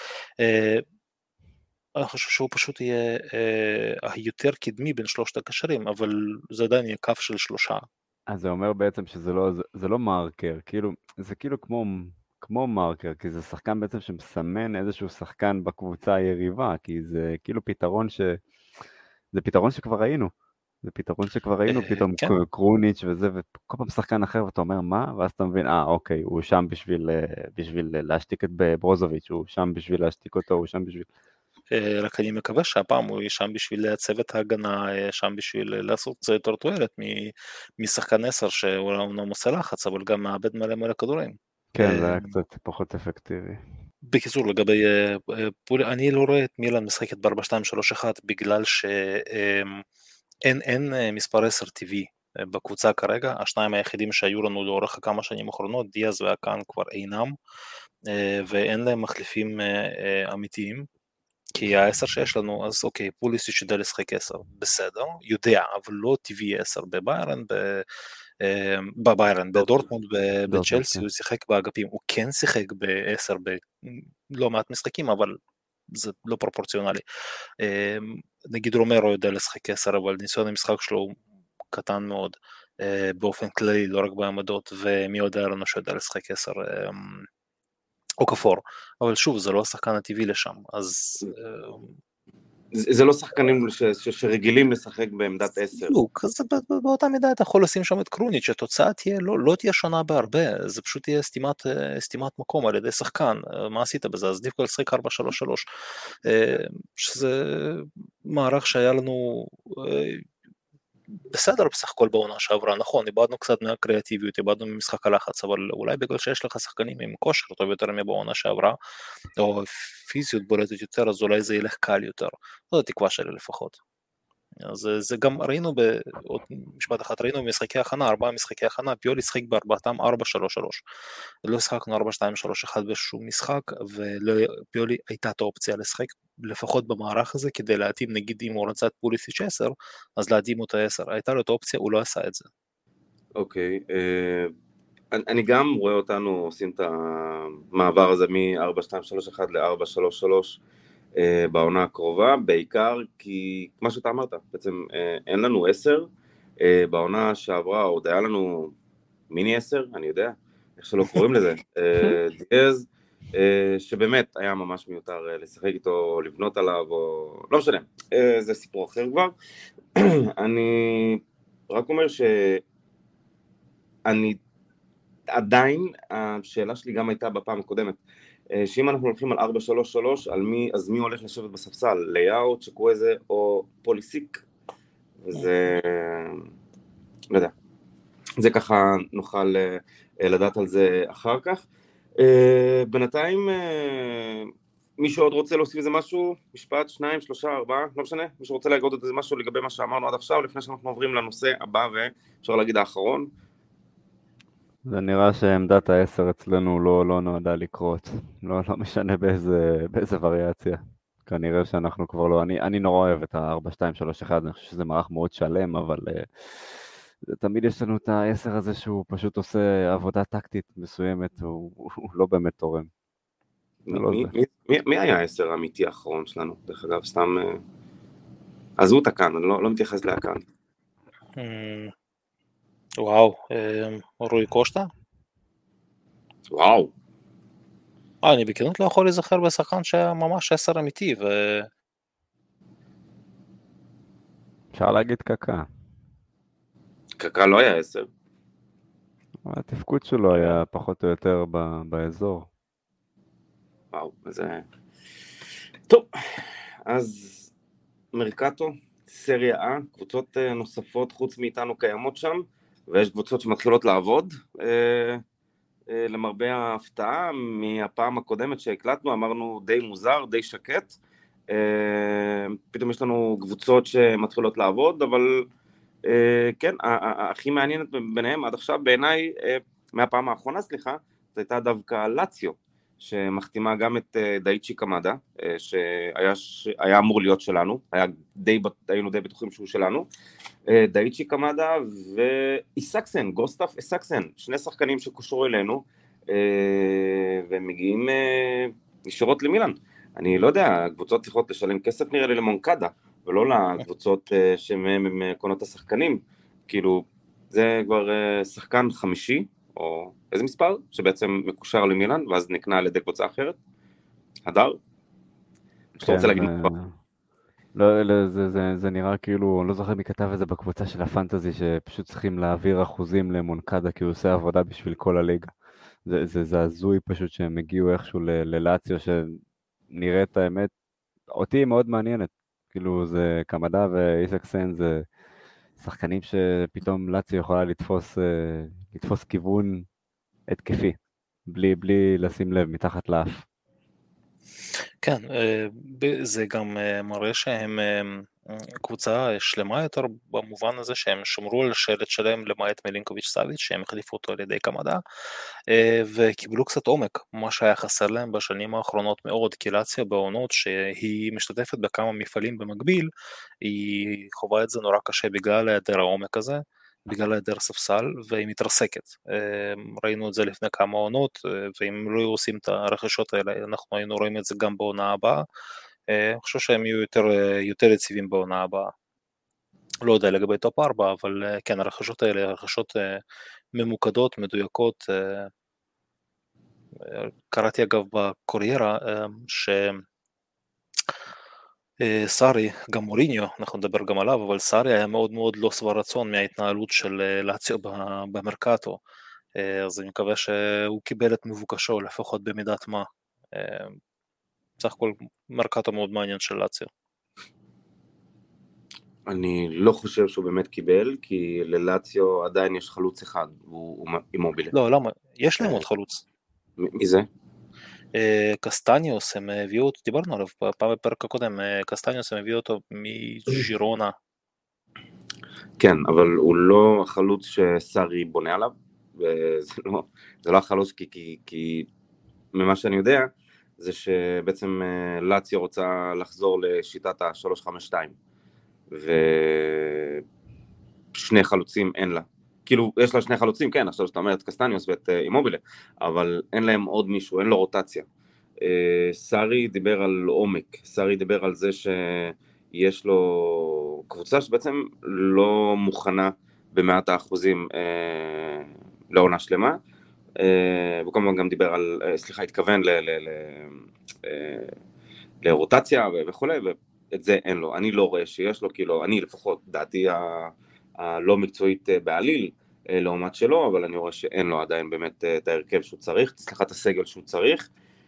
אני חושב שהוא פשוט יהיה היותר קדמי בין 3 הקשרים, אבל זה עדיין יהיה קו של 3. אז זה אומר בעצם שזה לא מרקר, כאילו, זה כאילו כמו מרקר, כי זה שחקן בעצם שמסמן איזשהו שחקן בקבוצה היריבה, כי זה כאילו פתרון שכבר ראינו. זה פתרון שכבר ראינו, פתאום קרוניץ' וזה, וכל פעם שחקן אחר, ואתה אומר מה? ואז אתה מבין, אוקיי, הוא שם בשביל להשתיק את ברוזוביץ', הוא שם בשביל להשתיק אותו, הוא שם בשביל... רק אני מקווה שהפעם הוא שם בשביל לייצב את ההגנה, שם בשביל לעשות קצת יותר תועלת משחקן 10 שהוא לא עושה לחץ, אבל גם מאבד מלא כדורים. כן, זה היה קצת פחות אפקטיבי. בקיצור, לגבי אני לא רואה את מילאן משחקת ב-4-2-3-1 בגלל אין מספר 10 טבעי בקבוצה כרגע, השניים היחידים שהיו לנו לאורך כמה שנים האחרונות, דיאז והקאן כבר אינם, ואין להם מחליפים אמיתיים, כי ה-10 שיש לנו, אז אוקיי, פוליסיץ' יודע לשחק 10, בסדר, יודע, אבל לא טבעי 10 בביירן, בדורטמונד, בצ'לסי, הוא שיחק באגפים, הוא כן שיחק ב-10 בלא מעט משחקים, אבל זה לא פרופורציונלי. נגיד רומרו יודע לשחק 10, אבל ניסיון המשחק שלו הוא קטן מאוד, באופן כללי, לא רק בעמדות, ומי יודע לנו שיודע לשחק 10 או כפור, אבל שוב, זה לא השחקן הטבעי לשם, אז... זה לא שחקנים שרגילים לשחק בעמדת 10. אז באותה מידה אתה יכול לשים שם את קרוניץ', התוצאה לא תהיה שונה בהרבה, זה פשוט תהיה סתימת מקום על ידי שחקן, מה עשית בזה? אז עדיף כל לשחק 4-3-3, שזה מערך שהיה לנו בסדר בסך הכל בעונה שעברה, נכון, איבדנו קצת מהקריאטיביות, איבדנו ממשחק הלחץ, אבל אולי בגלל שיש לך שחקנים עם כושר טוב יותר מבעונה שעברה, או פיזיות בולטת יותר, אז אולי זה ילך קל יותר, זאת התקווה שלי לפחות. אז זה גם ראינו בעוד משפט אחד, ראינו במשחקי הכנה, 4 משחקי הכנה, פיולי שחק בארבעתם 4-3-3, לא שחקנו 4-2-3-1 בשום משחק, ופיולי הייתה את האופציה לשחק לפחות במערך הזה, כדי להתאים, נגיד אם הוא רצה את פוליסיץ' 10, אז להתאים אותה 10, הייתה לו את האופציה, הוא לא עשה את זה. אוקיי, אני גם רואה אותנו עושים את המעבר הזה מ-4-2-3-1 ל-4-3-3 בעונה הקרובה, בעיקר כי, מה שאתה אמרת, בעצם אין לנו 10, בעונה שעברה עוד היה לנו מיני 10, אני יודע, איך שלא קוראים לזה, דיאז, שבאמת היה ממש מיותר לשחק איתו, לבנות עליו, או לא משנה, זה סיפור אחר כבר. אני רק אומר שאני עדיין, השאלה שלי גם הייתה בפעם הקודמת, שאם אנחנו הולכים על 4-3-3, אז מי הולך לשבת בספסל? ליאו, צ'קוויזה או פוליסיק? וזה, לא יודע, זה ככה נוכל לדעת על זה אחר כך. בינתיים, מישהו עוד רוצה להוסיף איזה משהו? משפט, 2, 3, 4, לא משנה? מישהו רוצה להגיד עוד איזה משהו לגבי מה שאמרנו עד עכשיו, לפני שאנחנו עוברים לנושא הבא, ואפשר להגיד האחרון? זה נראה שעמדת ה-10 אצלנו לא נועדה לקרות, לא משנה באיזה וריאציה. כנראה שאנחנו כבר לא, אני נורא אוהב את ה-4-2-3-1, אני חושב שזה מערך מאוד שלם, אבל תמיד יש לנו את ה-10 הזה שהוא פשוט עושה עבודה טקטית מסוימת, הוא לא באמת תורם. מי היה ה-10 האמיתי האחרון שלנו? דרך אגב, סתם... אז הוא תקן, אני לא מתייחס להקן. וואו, רוי קושטה? וואו. אני בכנות לא יכול להיזכר בשחקן שהיה ממש 10 אמיתי, אפשר להגיד קקה. קקה לא היה 10. התפקוד שלו היה פחות או יותר באזור. וואו, זה... טוב, אז מרקטו, סריה A, קבוצות נוספות חוץ מאיתנו קיימות שם, ויש קבוצות שמתחילות לעבוד. למרבה ההפתעה, מהפעם הקודמת שהקלטנו, אמרנו די מוזר, די שקט. פתאום יש לנו קבוצות שמתחילות לעבוד, אבל כן, הכי מעניינת ביניהם עד עכשיו בעיניי, מהפעם האחרונה, סליחה, זו הייתה דווקא לציו, שמחתימה גם את דאיצ'י קמדה, שהיה אמור להיות שלנו, היינו די בטוחים שהוא שלנו, דאיצ'י קמדה ואיסקסן, גוסטף איסקסן, שני שחקנים שקושרו אלינו, והם מגיעים ישירות למילאן. אני לא יודע, הקבוצות צריכות לשלם כסף נראה לי למונקדה, ולא לקבוצות שמהם הם קונות השחקנים, כאילו זה כבר שחקן חמישי, או איזה מספר, שבעצם מקושר למילאן, ואז נקנה על ידי קבוצה אחרת. הדר? שאתה רוצה להגיד מספר? לא, זה נראה כאילו, אני לא זוכר מי כתב את זה בקבוצה של הפנטזי, שפשוט צריכים להעביר אחוזים למונקדה, כי הוא עושה עבודה בשביל כל הליגה. זה הזוי פשוט שהם הגיעו איכשהו ללאציו, שנראית האמת, אותי היא מאוד מעניינת. כאילו זה קמדה ואיסקסן, זה שחקנים שפתאום לאציו יכולה לתפוס כיוון התקפי, בלי לשים לב מתחת לאף. כן, זה גם מראה שהם קבוצה שלמה יותר במובן הזה שהם שמרו על שלט שלהם למעט מלינקוביץ' סאביץ' שהם החליפו אותו על ידי קמדה וקיבלו קצת עומק, מה שהיה חסר להם בשנים האחרונות מאוד, כי לאציו בעונות שהיא משתתפת בכמה מפעלים במקביל, היא חווה את זה נורא קשה בגלל היעדר העומק הזה, בגלל היעדר ספסל, והיא מתרסקת. ראינו את זה לפני כמה עונות, ואם לא היו עושים את הרכישות האלה, אנחנו היינו רואים את זה גם בעונה הבאה. אני חושב שהם יהיו יותר יציבים בעונה הבאה. לא יודע לגבי טופ 4, אבל כן, הרכישות האלה, הרכישות ממוקדות, מדויקות. קראתי אגב בקוריירה, סארי, גם מוריניו, אנחנו נדבר גם עליו, אבל סארי היה מאוד מאוד לא שבע רצון מההתנהלות של לאציו במרקטו, אז אני מקווה שהוא קיבל את מבוקשו, לפחות במידת מה. סך הכל מרקטו מאוד מעניין של לאציו. אני לא חושב שהוא באמת קיבל, כי ללאציו עדיין יש חלוץ אחד, הוא אימובילה. לא, למה? יש להם עוד חלוץ. מי זה? קסטניוס, הם הביאו אותו, דיברנו עליו פעם בפרק הקודם, קסטניוס הם הביאו אותו מג'ירונה. כן, אבל הוא לא החלוץ שסארי בונה עליו, וזה לא החלוץ, כי ממה שאני יודע, זה שבעצם לאציו רוצה לחזור לשיטת ה-352, ושני חלוצים אין לה. כאילו, יש לה שני חלוצים, כן, עכשיו שאתה אומר את קסטניוס ואת אימובילה, אבל אין להם עוד מישהו, אין לו רוטציה. סארי דיבר על עומק, סארי דיבר על זה שיש לו קבוצה שבעצם לא מוכנה במאת האחוזים לעונה שלמה, והוא כמובן גם דיבר על, התכוון לרוטציה וכולי, ואת זה אין לו. אני לא רואה שיש לו, כאילו, אני לפחות, דעתי הלא מקצועית בעליל, לעומת שלו, אבל אני רואה שאין לו עדיין באמת את ההרכב שהוא צריך, את הסגל שהוא צריך.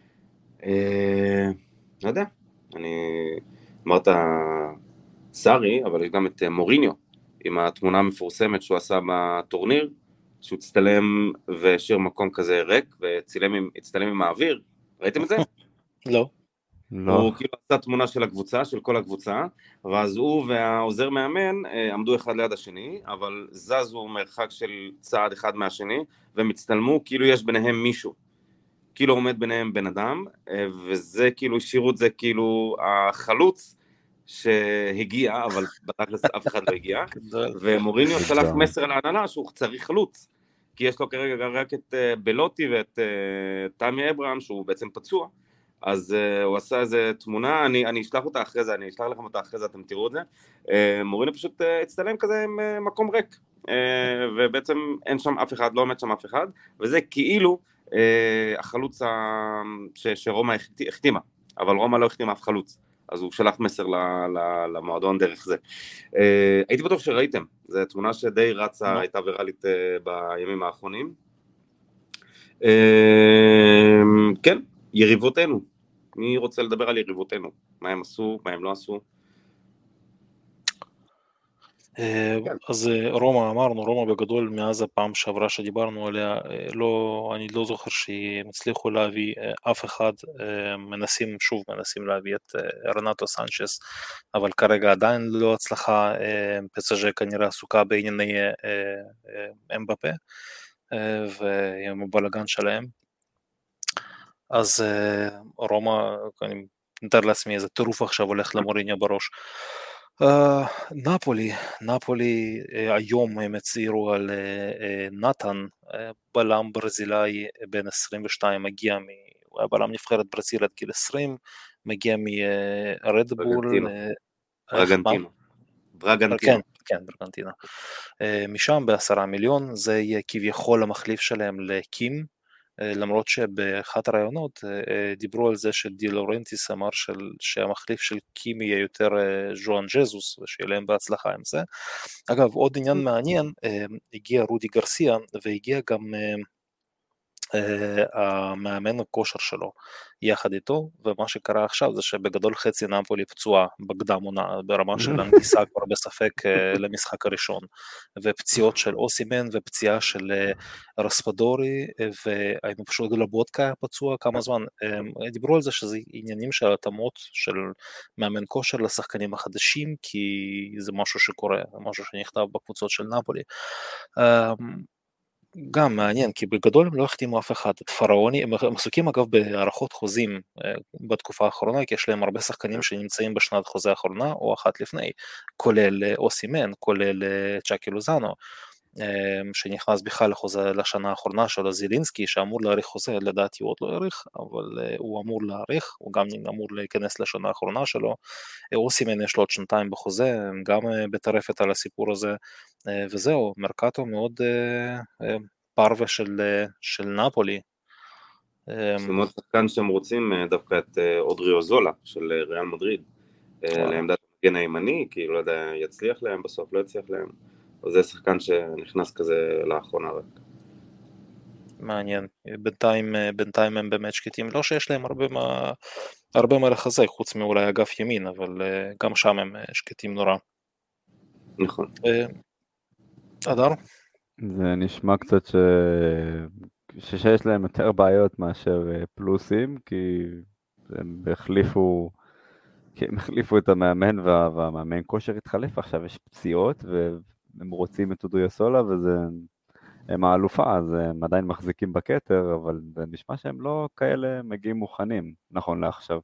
לא יודע, אמרת סארי, אבל יש גם את מוריניו, עם התמונה המפורסמת שהוא עשה בטורניר, שהוא הצטלם והשאיר מקום כזה ריק, והצטלם עם האוויר. ראיתם את זה? לא. הוא כאילו עשה תמונה של הקבוצה, של כל הקבוצה, ואז הוא והעוזר מאמן עמדו אחד ליד השני, אבל זזו מרחק של צעד אחד מהשני, והם הצטלמו כאילו יש ביניהם מישהו. כאילו עומד ביניהם בן אדם, וזה כאילו, השאירו את זה כאילו החלוץ שהגיע, אבל בתכלס אף אחד לא הגיע, ומוריניו שלח מסר להנהלה שהוא צריך חלוץ, כי יש לו כרגע רק את בלוטי ואת תמי אברהם, שהוא בעצם פצוע, אז הוא עשה איזה תמונה, אני אשלח אותה אחרי זה, אני אשלח לכם אותה אחרי זה, אתם תראו את זה, מוריניו פשוט הצטלם כזה עם מקום ריק, ובעצם אין שם אף אחד, לא עומד שם אף אחד, וזה כאילו החלוץ שרומא החתימה, אבל רומא לא החתימה אף חלוץ, אז הוא שלח מסר למועדון דרך זה. הייתי בטוח שראיתם, זו תמונה שדי רצה, הייתה ויראלית בימים האחרונים. כן, יריבותינו. מי רוצה לדבר על יריבותינו? מה הם עשו, מה הם לא עשו? אז רומא, אמרנו, רומא בגדול מאז הפעם שעברה שדיברנו עליה, אני לא זוכר שהם הצליחו להביא אף אחד, מנסים להביא את רנטו סנצ'ס, אבל כרגע עדיין לא הצלחה, PSG כנראה עסוקה בענייני אמבפה, ועם הבלגן שלהם, אז רומא, אני מתאר לעצמי איזה טירוף עכשיו הולך למוריניו בראש. נפולי היום הם הצהירו על נתן, בלם ברזילאי בן 22, הוא היה בלם נבחרת ברזיל עד גיל 20, מגיע מרדבול, ברגנטינו. כן, ברגנטינה. משם ב10 מיליון, זה יהיה כביכול המחליף שלהם לקים, למרות שבאחד הרעיונות דיברו על זה שדי לורנטיס אמר שהמחליף של קים יהיה יותר ז'ואן ג'זוס, ושיהיה להם בהצלחה עם זה. אגב, עוד עניין מעניין, הגיע רודי גרסיה, והגיע גם המאמן הכושר שלו יחד איתו, ומה שקרה עכשיו זה שבגדול חצי נפולי פצועה בקדם עונה, ברמה של אנגיסה כבר בספק למשחק הראשון, ופציעות של אוסימן ופציעה של רספדורי, והיינו פשוט גלבוטקה היה פצוע כמה זמן, דיברו על זה שזה עניינים של התאמות של מאמן כושר לשחקנים החדשים, כי זה משהו שקורה, משהו שנכתב בקבוצות של נפולי. גם מעניין, כי בגדול הם לא החתימו אף אחד, את פראוני, הם עסוקים אגב בהערכות חוזים בתקופה האחרונה, כי יש להם הרבה שחקנים שנמצאים בשנת חוזה האחרונה, או אחת לפני, כולל אוסימן, כולל צ'אקי לוזאנו, שנכנס בכלל לחוזה לשנה האחרונה של זילינסקי, שאמור להאריך חוזה, לדעתי הוא עוד לא האריך, אבל הוא אמור להאריך, הוא גם אמור להיכנס לשנה האחרונה שלו, אוסימן יש לו עוד שנתיים בחוזה, הם גם בטרפת על הסיפור הזה, וזהו, מרקטו מאוד פרווה של נפולי. זה מאוד שחקן שהם רוצים דווקא את אודריו זולה של ריאל מדריד, לעמדת המגן הימני, כי לא יודע, יצליח להם בסוף, לא יצליח להם. אז זה שחקן שנכנס כזה לאחרונה רק. מעניין, בינתיים הם באמת שקטים, לא שיש להם הרבה מה לחזק, חוץ מאולי אגף ימין, אבל גם שם הם שקטים נורא. נכון. אדר? זה נשמע קצת שיש להם יותר בעיות מאשר פלוסים, כי הם החליפו את המאמן והמאמן כושר התחלף, עכשיו יש פציעות והם רוצים את אודריה סולה הם האלופה, אז הם עדיין מחזיקים בכתר, אבל זה נשמע שהם לא כאלה מגיעים מוכנים, נכון לעכשיו.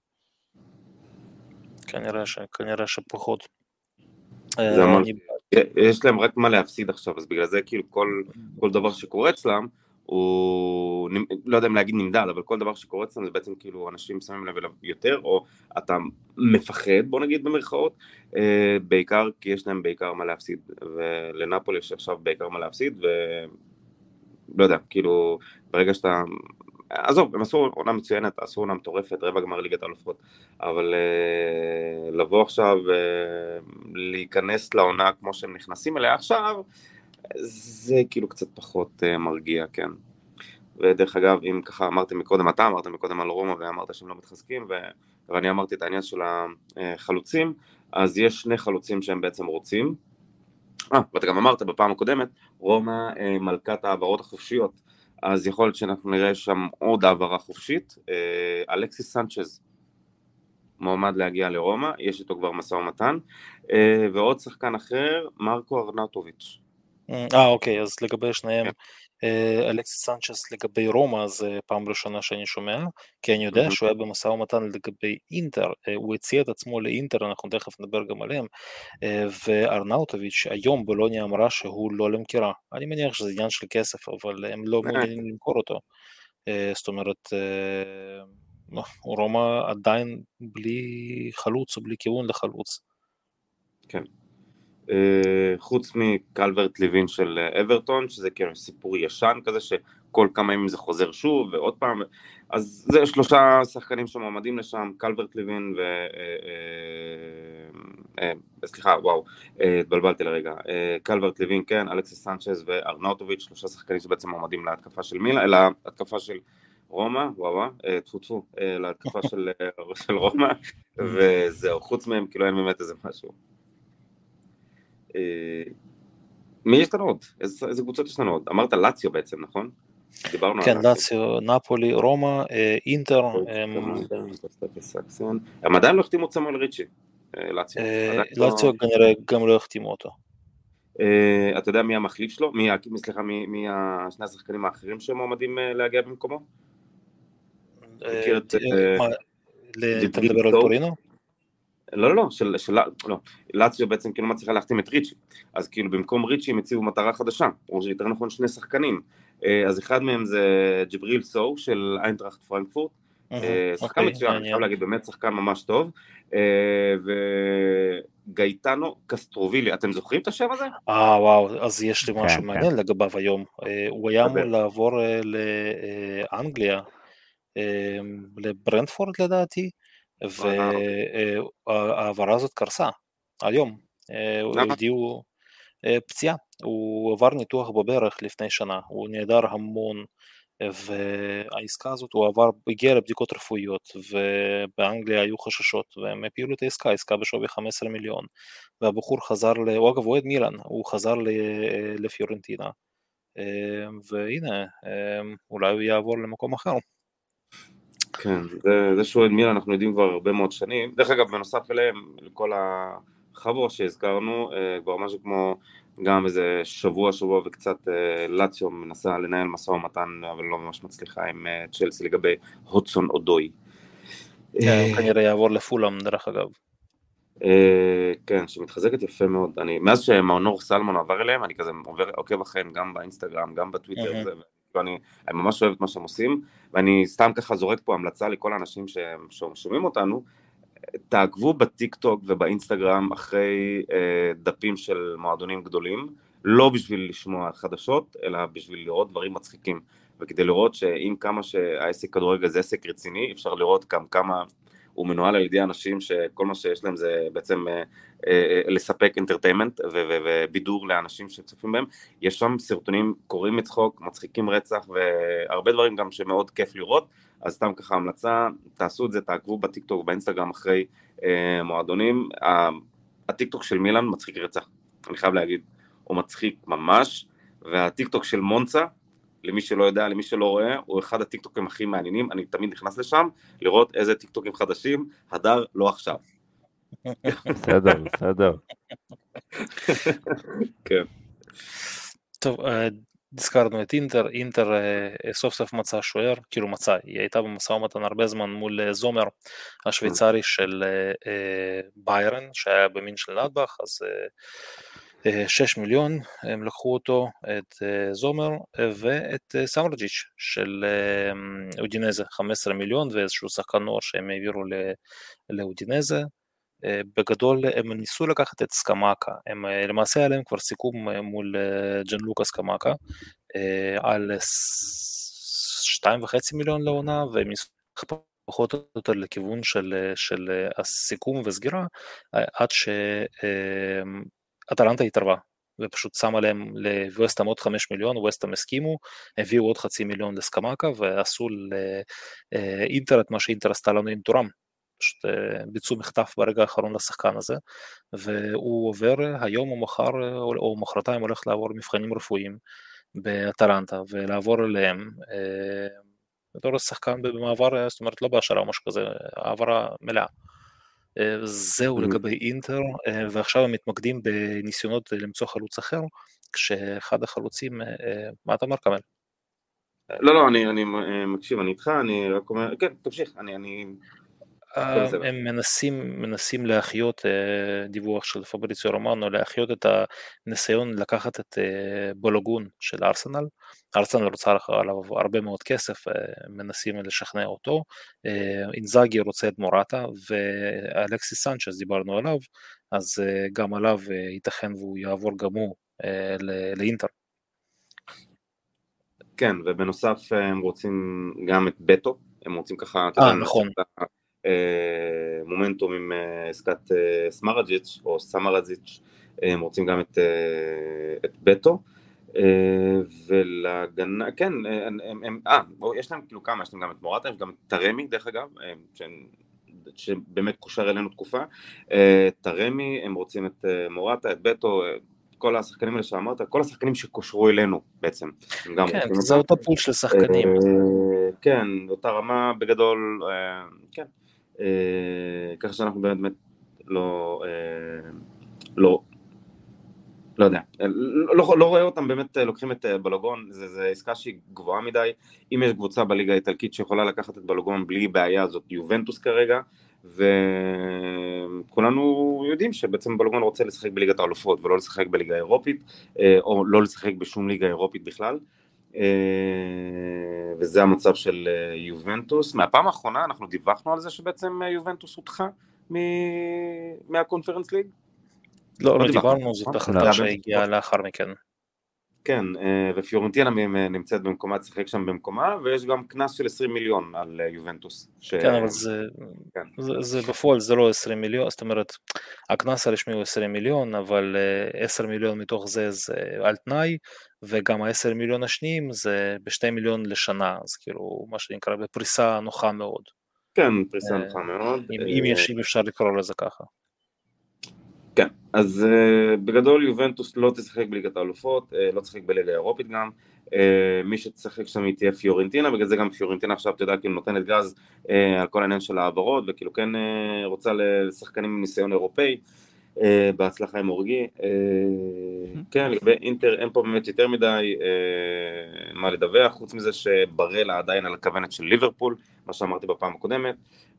כנראה שפחות. זה אמר, יש להם רק מה להפסיד עכשיו, אז בגלל זה כאילו כל דבר שקורה אצלם, הוא, לא יודע אם להגיד נמדד, אבל כל דבר שקורה אצלם זה בעצם כאילו אנשים שמים לב אליו יותר, או אתה מפחד, בוא נגיד במרכאות, בעיקר כי יש להם בעיקר מה להפסיד, ולנאפולי יש עכשיו בעיקר מה להפסיד, ולא יודע, כאילו ברגע שאתה, עזוב, הם עשו עונה מצוינת, עשו עונה מטורפת, רבע גמר ליגת האלופות, אבל לבוא עכשיו להיכנס לעונה כמו שהם נכנסים אליה עכשיו, זה כאילו קצת פחות מרגיע, כן. ודרך אגב, אם ככה אמרתם מקודם, אתה אמרתם מקודם על רומא ואמרת שהם לא מתחזקים, ואני אמרתי את העניין של החלוצים, אז יש שני חלוצים שהם בעצם רוצים, ואתה גם אמרת בפעם הקודמת, רומא מלכת העברות החופשיות, אז יכול להיות שאנחנו נראה שם עוד העברה חופשית, אלכסיס סנצ'ז מועמד להגיע לרומא, יש איתו כבר משא ומתן, ועוד שחקן אחר, מרקו ארנאוטוביץ'. אוקיי, אז לגבי שניהם, אלכסיס סנצ'ס לגבי רומא, זה פעם ראשונה שאני שומע, כי אני יודע שהוא היה במשא ומתן לגבי אינטר, הוא הציע את עצמו לאינטר, אנחנו תכף נדבר גם עליהם, וארנאוטוביץ' היום בולוניה אמרה שהוא לא למכירה, אני מניח שזה עניין של כסף, אבל הם לא מעוניינים למכור אותו, זאת אומרת, רומא עדיין בלי חלוץ או בלי כיוון לחלוץ. כן. חוץ מקלברט ליבין של אברטון, שזה כאילו סיפור ישן כזה, שכל כמה ימים זה חוזר שוב, ועוד פעם, אז זה 3 שחקנים שמועמדים לשם, קלברט ליבין סליחה, וואו, התבלבלתי לרגע, קלברט ליבין, כן, אלכסיס סנצ'ז וארנאוטוביץ', 3 שחקנים שבעצם מועמדים להתקפה של מילה, אלא התקפה של רומא, טפו, להתקפה של רומא, וזהו, חוץ מהם, כאילו אין באמת איזה משהו. מי יש לנו עוד? איזה קבוצות יש לנו עוד? אמרת לאציו בעצם, נכון? כן, לאציו, נפולי, רומא, אינטר. הם עדיין לא החתימו את סמואל ריצ'י, לאציו כנראה גם לא החתימו אותו. אתה יודע מי המחליף שלו? מי שני השחקנים האחרים שמועמדים להגיע במקומו? אתה מדבר על טורינו? לא, לאציו בעצם כאילו מצליחה להחתים את ריצ'י, אז כאילו במקום ריצ'י הם הציבו מטרה חדשה, או שיותר נכון 2 שחקנים, אז אחד מהם זה ג'בריל סו של איינטראכט פרנקפורט, שחקן מצוין, אני חייב להגיד באמת שחקן ממש טוב, וגייטנו קסטרובילי, אתם זוכרים את השם הזה? וואו, אז יש לי משהו מעניין לגביו היום, הוא היה אמור לעבור לאנגליה, לברנדפורד לדעתי, והעברה הזאת קרסה, היום, הודיעו פציעה, הוא עבר ניתוח בברך לפני שנה, הוא נהדר המון, והעסקה הזאת הוא הגיע לבדיקות רפואיות, ובאנגליה היו חששות, והם הפילו את העסקה בשווי 15 מיליון, והבחור חזר, הוא אגב אוהד מילאן, הוא חזר לפיורנטינה, והנה, אולי הוא יעבור למקום אחר. כן, זה שואל מילה, אנחנו יודעים כבר הרבה מאוד שנים, דרך אגב בנוסף אליהם, לכל החבור שהזכרנו, כבר משהו כמו גם איזה שבוע וקצת לאציו מנסה לנהל משא ומתן, אבל לא ממש מצליחה עם צ'לסי לגבי הודסון אודוי. כנראה יעבור לפולאם דרך אגב. כן, שמתחזקת יפה מאוד, מאז שמאונור סלמון עבר אליהם, אני כזה עוקב אחריהם גם באינסטגרם, גם בטוויטר, אני ממש אוהב את מה שהם עושים, ואני סתם ככה זורק פה המלצה לכל האנשים ששומעים אותנו, תעקבו בטיק טוק ובאינסטגרם אחרי דפים של מועדונים גדולים, לא בשביל לשמוע חדשות, אלא בשביל לראות דברים מצחיקים, וכדי לראות שאם כמה שהעסק כדורגל זה עסק רציני, אפשר לראות כמה הוא מנוהל על ידי אנשים שכל מה שיש להם זה בעצם לספק אינטרטיימנט ובידור לאנשים שצופים בהם, יש שם סרטונים קוראים מצחוק, מצחיקים רצח והרבה דברים גם שמאוד כיף לראות, אז סתם ככה המלצה, תעשו את זה, תעקבו בטיקטוק ובאינסטגרם אחרי מועדונים, הטיקטוק של מילאן מצחיק רצח, אני חייב להגיד, הוא מצחיק ממש, והטיקטוק של מונצה, למי שלא יודע, למי שלא רואה, הוא אחד הטיקטוקים הכי מעניינים, אני תמיד נכנס לשם, לראות איזה טיקטוקים חדשים, הדר לא עכשיו. בסדר, בסדר. כן. טוב, הזכרנו את אינטר, אינטר סוף סוף מצא שוער, כאילו מצא, היא הייתה במשא ומתן הרבה זמן מול זומר השוויצרי של ביירן, שהיה במין של נדבך, אז 6 מיליון, הם לקחו אותו, את זומר, ואת סמרג'יץ' של אודינזה, 15 מיליון, ואיזשהו שחקן נוער שהם העבירו לאודינזה. בגדול הם ניסו לקחת את סקמאקה, הם למעשה היה להם כבר סיכום מול ג'ן לוקה סקמאקה על 2.5 מיליון לעונה, והם ניסו פחות או יותר לכיוון של הסיכום וסגירה, עד שאטלנטה התערבה ופשוט שמה להם לווסטהאם עוד 5 מיליון, ווסטהאם הסכימו, הביאו עוד 0.5 מיליון לסקמאקה ועשו לאינטר את מה שאינטר עשתה לנו עם טורם, פשוט ביצעו מחטף ברגע האחרון לשחקן הזה, והוא עובר היום או מחר או מחרתיים הולך לעבור מבחנים רפואיים באטלנטה ולעבור אליהם בתור שחקן במעבר, זאת אומרת לא בהשאלה או משהו כזה, העברה מלאה. זהו לגבי אינטר, ועכשיו הם מתמקדים בניסיונות למצוא חלוץ אחר, כשאחד החלוצים, מה אתה אומר כמל? לא, אני מקשיב, אני איתך, אני רק אומר, כן, תמשיך, הם מנסים להחיות דיווח של פבריציו רומנו, להחיות את הניסיון לקחת את בולוגון של ארסנל. ארסנל רוצה עליו הרבה מאוד כסף, מנסים לשכנע אותו. אינזאגי רוצה את מורטה, ואלכסיס סנצ'ז דיברנו עליו, אז גם עליו ייתכן והוא יעבור גם הוא לאינטר. כן, ובנוסף הם רוצים גם את בטו, הם רוצים ככה, נכון. מומנטום עם עסקת סמרג'יץ' או סמרזיץ', הם רוצים גם את בטו, ולהגנה, כן, יש להם כאילו כמה, יש להם גם את מורטה, יש גם את תרמי דרך אגב, שבאמת קושר אלינו תקופה, תרמי, הם רוצים את מורטה, את בטו, כל השחקנים האלה שאמרת, כל השחקנים שקושרו אלינו בעצם. כן, זה אותו פול של שחקנים. כן, אותה רמה בגדול, כן. ככה שאנחנו באמת לא יודע, לא רואה אותם באמת לוקחים את בלוגון, זה עסקה שהיא גבוהה מדי, אם יש קבוצה בליגה האיטלקית שיכולה לקחת את בלוגון בלי בעיה, זאת יובנטוס כרגע, וכולנו יודעים שבעצם בלוגון רוצה לשחק בליגת האלופות ולא לשחק בליגה האירופית, או לא לשחק בשום ליגה אירופית בכלל, וזה המצב של יובנטוס. מהפעם האחרונה אנחנו דיווחנו על זה שבעצם יובנטוס הודחה מהקונפרנס ליג. לא דיברנו, זאת החלטה שהגיעה לאחר מכן. כן, ופיורנטינה נמצאת במקומה, תשחק שם במקומה, ויש גם קנס של 20 מיליון על יובנטוס. כן, אבל זה בפועל זה לא 20 מיליון, זאת אומרת, הקנס הרשמי הוא 20 מיליון, אבל 10 מיליון מתוך זה על תנאי, וגם ה-10 מיליון השניים זה ב2 מיליון לשנה, אז כאילו, מה שנקרא, בפריסה נוחה מאוד. כן, פריסה נוחה מאוד. אם אפשר לקרוא לזה ככה. כן, אז בגדול יובנטוס לא תשחק בליגת האלופות, לא תשחק בליגה האירופית גם, מי שתשחק שם היא תהיה פיורנטינה, בגלל זה גם פיורנטינה עכשיו, אתה יודע, כאילו נותנת גז על כל העניין של העברות, וכאילו כן רוצה לשחקנים עם ניסיון אירופאי, בהצלחה עם אורגי. כן, לגבי אינטר אין פה באמת יותר מדי מה לדווח, חוץ מזה שברלה עדיין על הכוונת של ליברפול, מה שאמרתי בפעם הקודמת,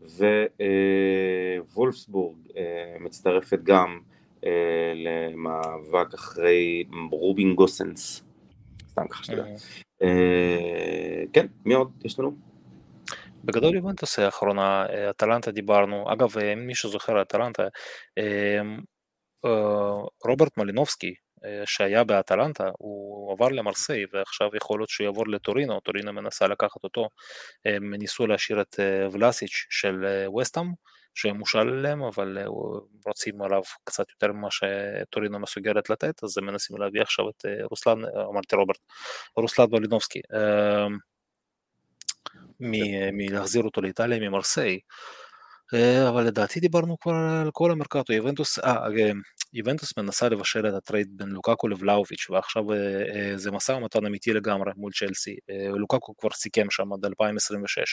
ווולפסבורג מצטרפת גם למאבק אחרי רובין גוסנס, סתם ככה שתדע. כן, מי עוד יש לנו? בגדול יובנטוס האחרונה, אטלנטה דיברנו, אגב מי שזוכר אטלנטה, רוברט מלינובסקי שהיה באטלנטה, הוא עבר למרסיי ועכשיו יכול להיות שהוא יעבור לטורינו, טורינו מנסה לקחת אותו, הם ניסו להשאיר את ולאסיץ' של ווסטהאם שמושל אליהם, אבל רוצים עליו קצת יותר ממה שטורינו מסוגלת לתת, אז הם מנסים להביא עכשיו את רוסלן מלינובסקי, מלהחזיר אותו לאיטליה ממרסיי, אבל לדעתי דיברנו כבר על כל המרקטו. יובנטוס, יובנטוס מנסה לבשל את הטרייד בין לוקאקו לבלאוביץ', ועכשיו זה מסע ומתן אמיתי לגמרי מול צ'לסי. לוקאקו כבר סיכם שם עד 2026,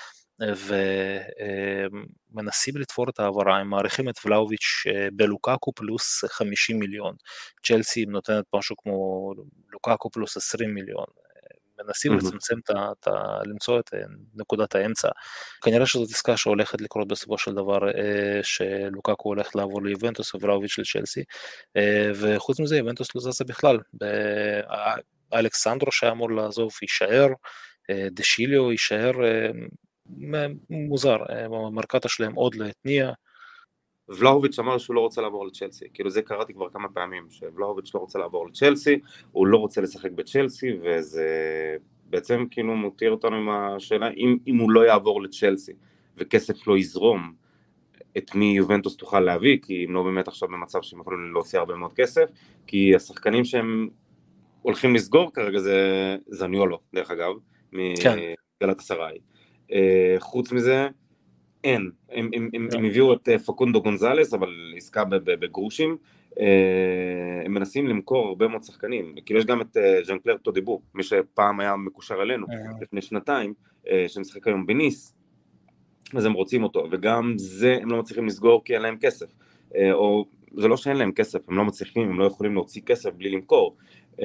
ומנסים לתפור את העברה, הם מעריכים את ולאוביץ' בלוקאקו פלוס 50 מיליון, צ'לסי נותנת משהו כמו לוקאקו פלוס 20 מיליון, מנסים לצמצם למצוא את נקודת האמצע. כנראה שזאת עסקה שהולכת לקרות בסופו של דבר, שלוקאקו הולך לעבור ליובנטוס וולאוביץ' לצ'לסי, וחוץ מזה יובנטוס לא זזה בכלל. אלכסנדרו שאמור לעזוב יישאר, דשיליו יישאר, מוזר, המרקטה שלהם עוד להתניע. ולאוביץ' אמר שהוא לא רוצה לעבור לצ'לסי, כאילו זה קראתי כבר כמה פעמים, שוולאוביץ' לא רוצה לעבור לצ'לסי, הוא לא רוצה לשחק בצ'לסי, וזה בעצם כאילו מותיר אותנו עם השאלה, אם הוא לא יעבור לצ'לסי, וכסף לא יזרום, את מי יובנטוס תוכל להביא, כי הם לא באמת עכשיו במצב שהם יכולים להוציא הרבה מאוד כסף, כי השחקנים שהם הולכים לסגור כרגע זה זניולו, דרך אגב, מגלאטסראי. חוץ מזה, אין, הם הביאו את פקונדו גונזלס, אבל עסקה בגרושים, הם מנסים למכור הרבה מאוד שחקנים, כאילו יש גם את ז'אן קלר טודיבו, מי שפעם היה מקושר אלינו, לפני שנתיים, שמשחק היום בניס, אז הם רוצים אותו, וגם זה הם לא מצליחים לסגור כי אין להם כסף, או זה לא שאין להם כסף, הם לא מצליחים, הם לא יכולים להוציא כסף בלי למכור.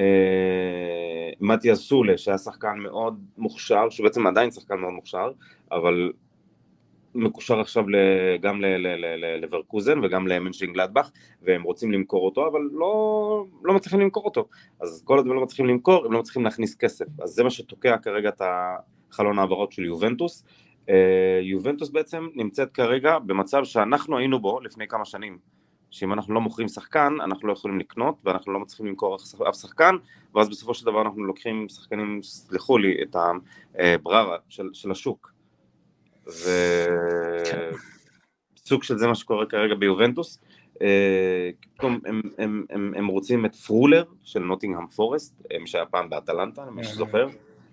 מתיאס סולה, שהיה שחקן מאוד מוכשר, שהוא בעצם עדיין שחקן מאוד מוכשר, אבל מקושר עכשיו גם לברקוזן וגם למנשנגלדבך, והם רוצים למכור אותו, אבל לא מצליחים למכור אותו. אז כל הדברים לא מצליחים למכור, הם לא מצליחים להכניס כסף. אז זה מה שתוקע כרגע את החלון העברות של יובנטוס. יובנטוס בעצם נמצאת כרגע במצב שאנחנו היינו בו לפני כמה שנים, שאם אנחנו לא מוכרים שחקן, אנחנו לא יכולים לקנות, ואנחנו לא מצליחים למכור אף שחקן, ואז בסופו של דבר אנחנו לוקחים שחקנים, סליחו לי, את הבררה של השוק. וסוג של זה מה שקורה כרגע ביובנטוס. הם רוצים את פרולר של נוטינגהאם פורסט, מי שהיה פעם באטלנטה, מי שזוכר.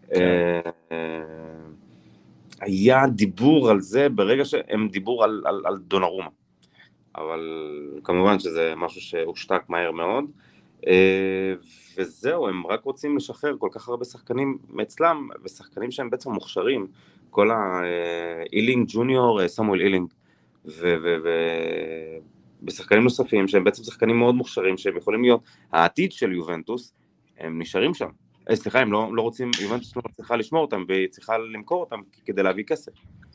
היה דיבור על זה ברגע שהם דיבור על דונרומה, אבל כמובן שזה משהו שהושתק מהר מאוד, וזהו, הם רק רוצים לשחרר כל כך הרבה שחקנים מאצלם, ושחקנים שהם בעצם מוכשרים, כל האילינג ג'וניור, סמואל אילינג, ובשחקנים נוספים שהם בעצם שחקנים מאוד מוכשרים, שהם יכולים להיות העתיד של יובנטוס, הם נשארים שם. סליחה, הם לא רוצים, יובנטוס לא צריכה לשמור אותם, והיא צריכה למכור אותם כדי להביא כסף.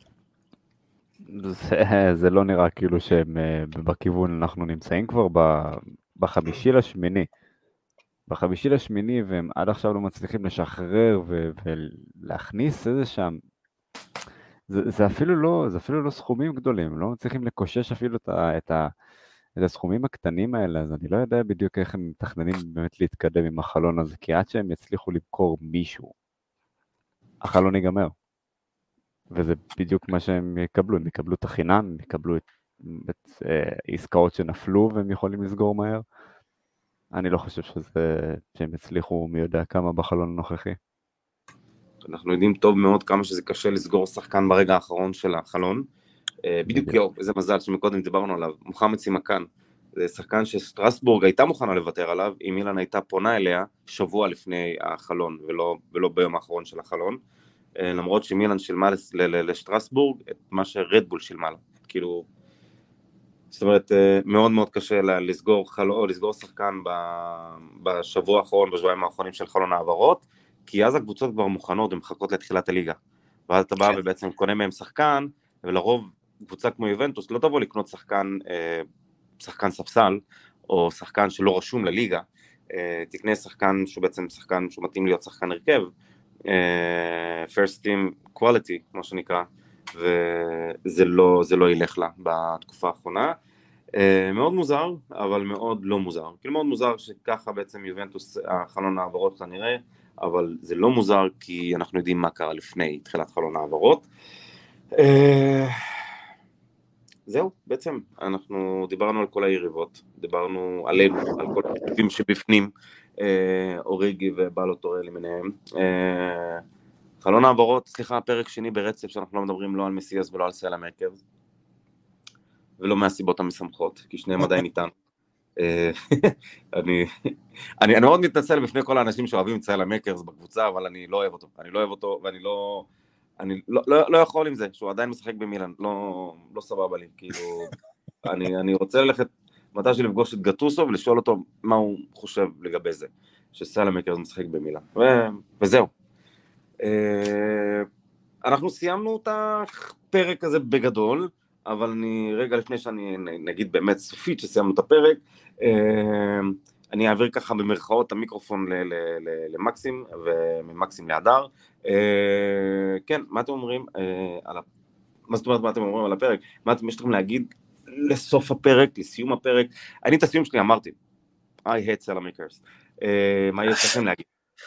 זה לא נראה כאילו שהם בכיוון, אנחנו נמצאים כבר בחמישי לשמיני, והם עד עכשיו לא מצליחים לשחרר ולהכניס איזה שם, זה אפילו לא סכומים גדולים, לא מצליחים לקושש אפילו את הסכומים הקטנים האלה, אז אני לא יודע בדיוק איך הם מתכננים באמת להתקדם עם החלון הזה, כי עד שהם יצליחו למכור מישהו, החלון ייגמר. וזה בדיוק מה שהם יקבלו, הם יקבלו את החינם, הם יקבלו את עסקאות שנפלו והם יכולים לסגור מהר. אני לא חושב שהם הצליחו מי יודע כמה בחלון הנוכחי. אנחנו יודעים טוב מאוד כמה שזה קשה לסגור שחקן ברגע האחרון של החלון. בדיוק איזה מזל שמקודם דיברנו עליו, מוחמד סימקן, זה שחקן שסטרסבורג הייתה מוכנה לוותר עליו, אם מילאן הייתה פונה אליה שבוע לפני החלון ולא ביום האחרון של החלון. למרות שמילאן שילמה לשטרסבורג את מה שרדבול שילמה לה, כאילו, זאת אומרת, מאוד מאוד קשה לסגור שחקן בשבוע האחרון, בשבועיים האחרונים של חלון העברות, כי אז הקבוצות כבר מוכנות ומחכות לתחילת הליגה, ואז אתה בא ובעצם קונה מהם שחקן, ולרוב קבוצה כמו יובנטוס לא תבוא לקנות שחקן ספסל, או שחקן שלא רשום לליגה, תקנה שחקן שהוא בעצם שחקן שהוא מתאים להיות שחקן הרכב, first team quality, כמו שנקרא, וזה לא ילך לה בתקופה האחרונה. מאוד מוזר, אבל מאוד לא מוזר. כאילו מאוד מוזר שככה בעצם יובנטוס החלון העברות כנראה, אבל זה לא מוזר כי אנחנו יודעים מה קרה לפני תחילת חלון העברות. זהו, בעצם אנחנו דיברנו על כל היריבות, דיברנו עלינו, על כל הכתבים שבפנים, אוריגי ובלוטורלי למיניהם. חלון העברות, סליחה, פרק שני ברצף שאנחנו לא מדברים לא על מסיאס ולא על סלע מרקב, ולא מהסיבות המשמחות, כי שניהם עדיין איתנו. אני מאוד מתנצל בפני כל האנשים שאוהבים את סלע מקרס בקבוצה, אבל אני לא אוהב אותו, ואני לא יכול עם זה, שהוא עדיין משחק במילאן, לא סבבה לי, כאילו, אני רוצה ללכת מתי לפגוש את גטוסו ולשאול אותו מה הוא חושב לגבי זה, שסלע מקרס משחק במילאן, וזהו. אנחנו סיימנו את הפרק הזה בגדול, אבל רגע לפני שאני נגיד באמת סופית שסיימנו את הפרק, אני אעביר ככה במרכאות את המיקרופון למקסים, וממקסים להדר. כן, מה אתם אומרים מה זאת אומרת מה אתם אומרים על הפרק? מה יש לכם להגיד לסוף הפרק, לסיום הפרק? אני את הסיום שלי אמרתי, I hate סלע מקרס. מה יש לכם להגיד?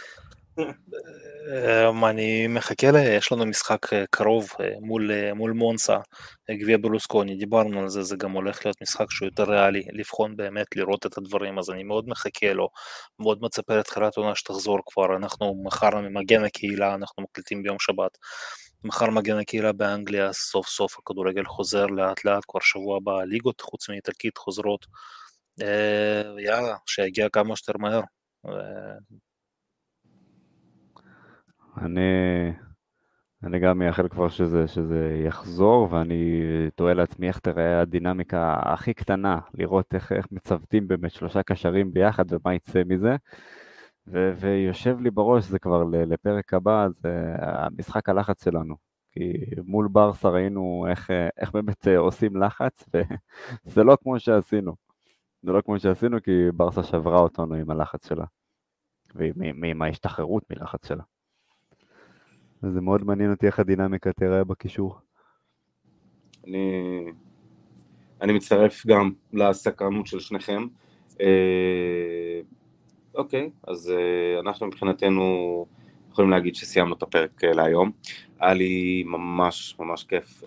אני מחכה, יש לנו משחק קרוב מול מונסה, גביע ברלוסקוני, דיברנו על זה, זה גם הולך להיות משחק שהוא יותר ריאלי, לבחון באמת, לראות את הדברים, אז אני מאוד מחכה לו, מאוד מצפה לתחילת עונה שתחזור כבר, אנחנו מחר ממגן הקהילה, אנחנו מקליטים ביום שבת, מחר מגן הקהילה באנגליה, סוף סוף הכדורגל חוזר לאט לאט, כבר שבוע הבא, הליגות חוץ מאיטלקית חוזרות, יאללה, שיגיע כמה שיותר מהר. אני גם מייחל כבר שזה יחזור, ואני תוהה לעצמי איך תראה הדינמיקה הכי קטנה, לראות איך מצוותים באמת 3 קשרים ביחד ומה יצא מזה, ויושב לי בראש, זה כבר לפרק הבא, זה המשחק הלחץ שלנו, כי מול ברסה ראינו איך באמת עושים לחץ, וזה לא כמו שעשינו, כי ברסה שברה אותנו עם הלחץ שלה, ועם ההשתחררות מלחץ שלה. אז זה מאוד מעניין אותי איך הדינמיקה תראה בקישור. אני מצטרף גם לסקרנות של שניכם. אוקיי, אז אנחנו מבחינתנו יכולים להגיד שסיימנו את הפרק להיום. היה לי ממש ממש כיף,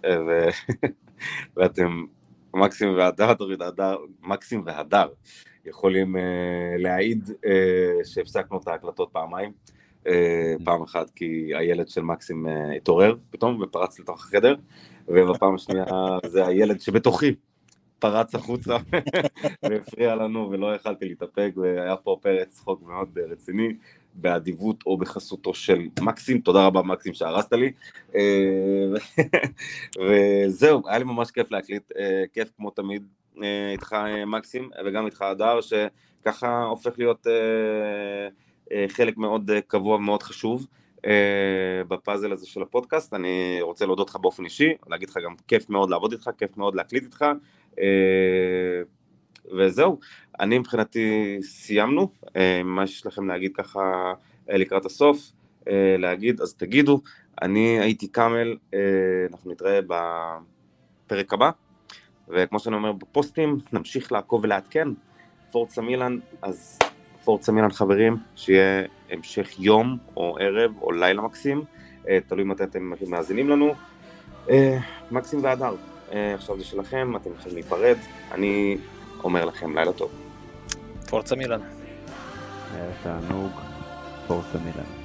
ואתם מקסים והדר יכולים להעיד שהפסקנו את ההקלטות פעמיים. פעם אחת כי הילד של מקסים התעורר פתאום ופרץ לתוך החדר, ובפעם השנייה זה הילד שבתוכי פרץ החוצה והפריע לנו ולא יכלתי להתאפק, והיה פה פרץ צחוק מאוד רציני באדיבות או בחסותו של מקסים. תודה רבה מקסים שהרסת לי, וזהו, היה לי ממש כיף להקליט, כיף כמו תמיד איתך מקסים, וגם איתך הדר שככה הופך להיות חלק מאוד קבוע ומאוד חשוב בפאזל הזה של הפודקאסט. אני רוצה להודות לך באופן אישי, להגיד לך גם כיף מאוד לעבוד איתך, כיף מאוד להקליט איתך, וזהו, אני מבחינתי סיימנו. מה יש לכם להגיד ככה לקראת הסוף, להגיד, אז תגידו. אני הייתי קאמל, אנחנו נתראה בפרק הבא, וכמו שאני אומר בפוסטים, נמשיך לעקוב ולעדכן. פורצה מילאן, אז פורצה מילאן חברים, שיהיה המשך יום או ערב או לילה מקסים, תלוי מתי אתם מאזינים לנו. מקסים והדר, עכשיו זה שלכם, אתם יכולים להיפרד, אני אומר לכם לילה טוב. פורצה מילאן. תענוג, פורצה מילאן.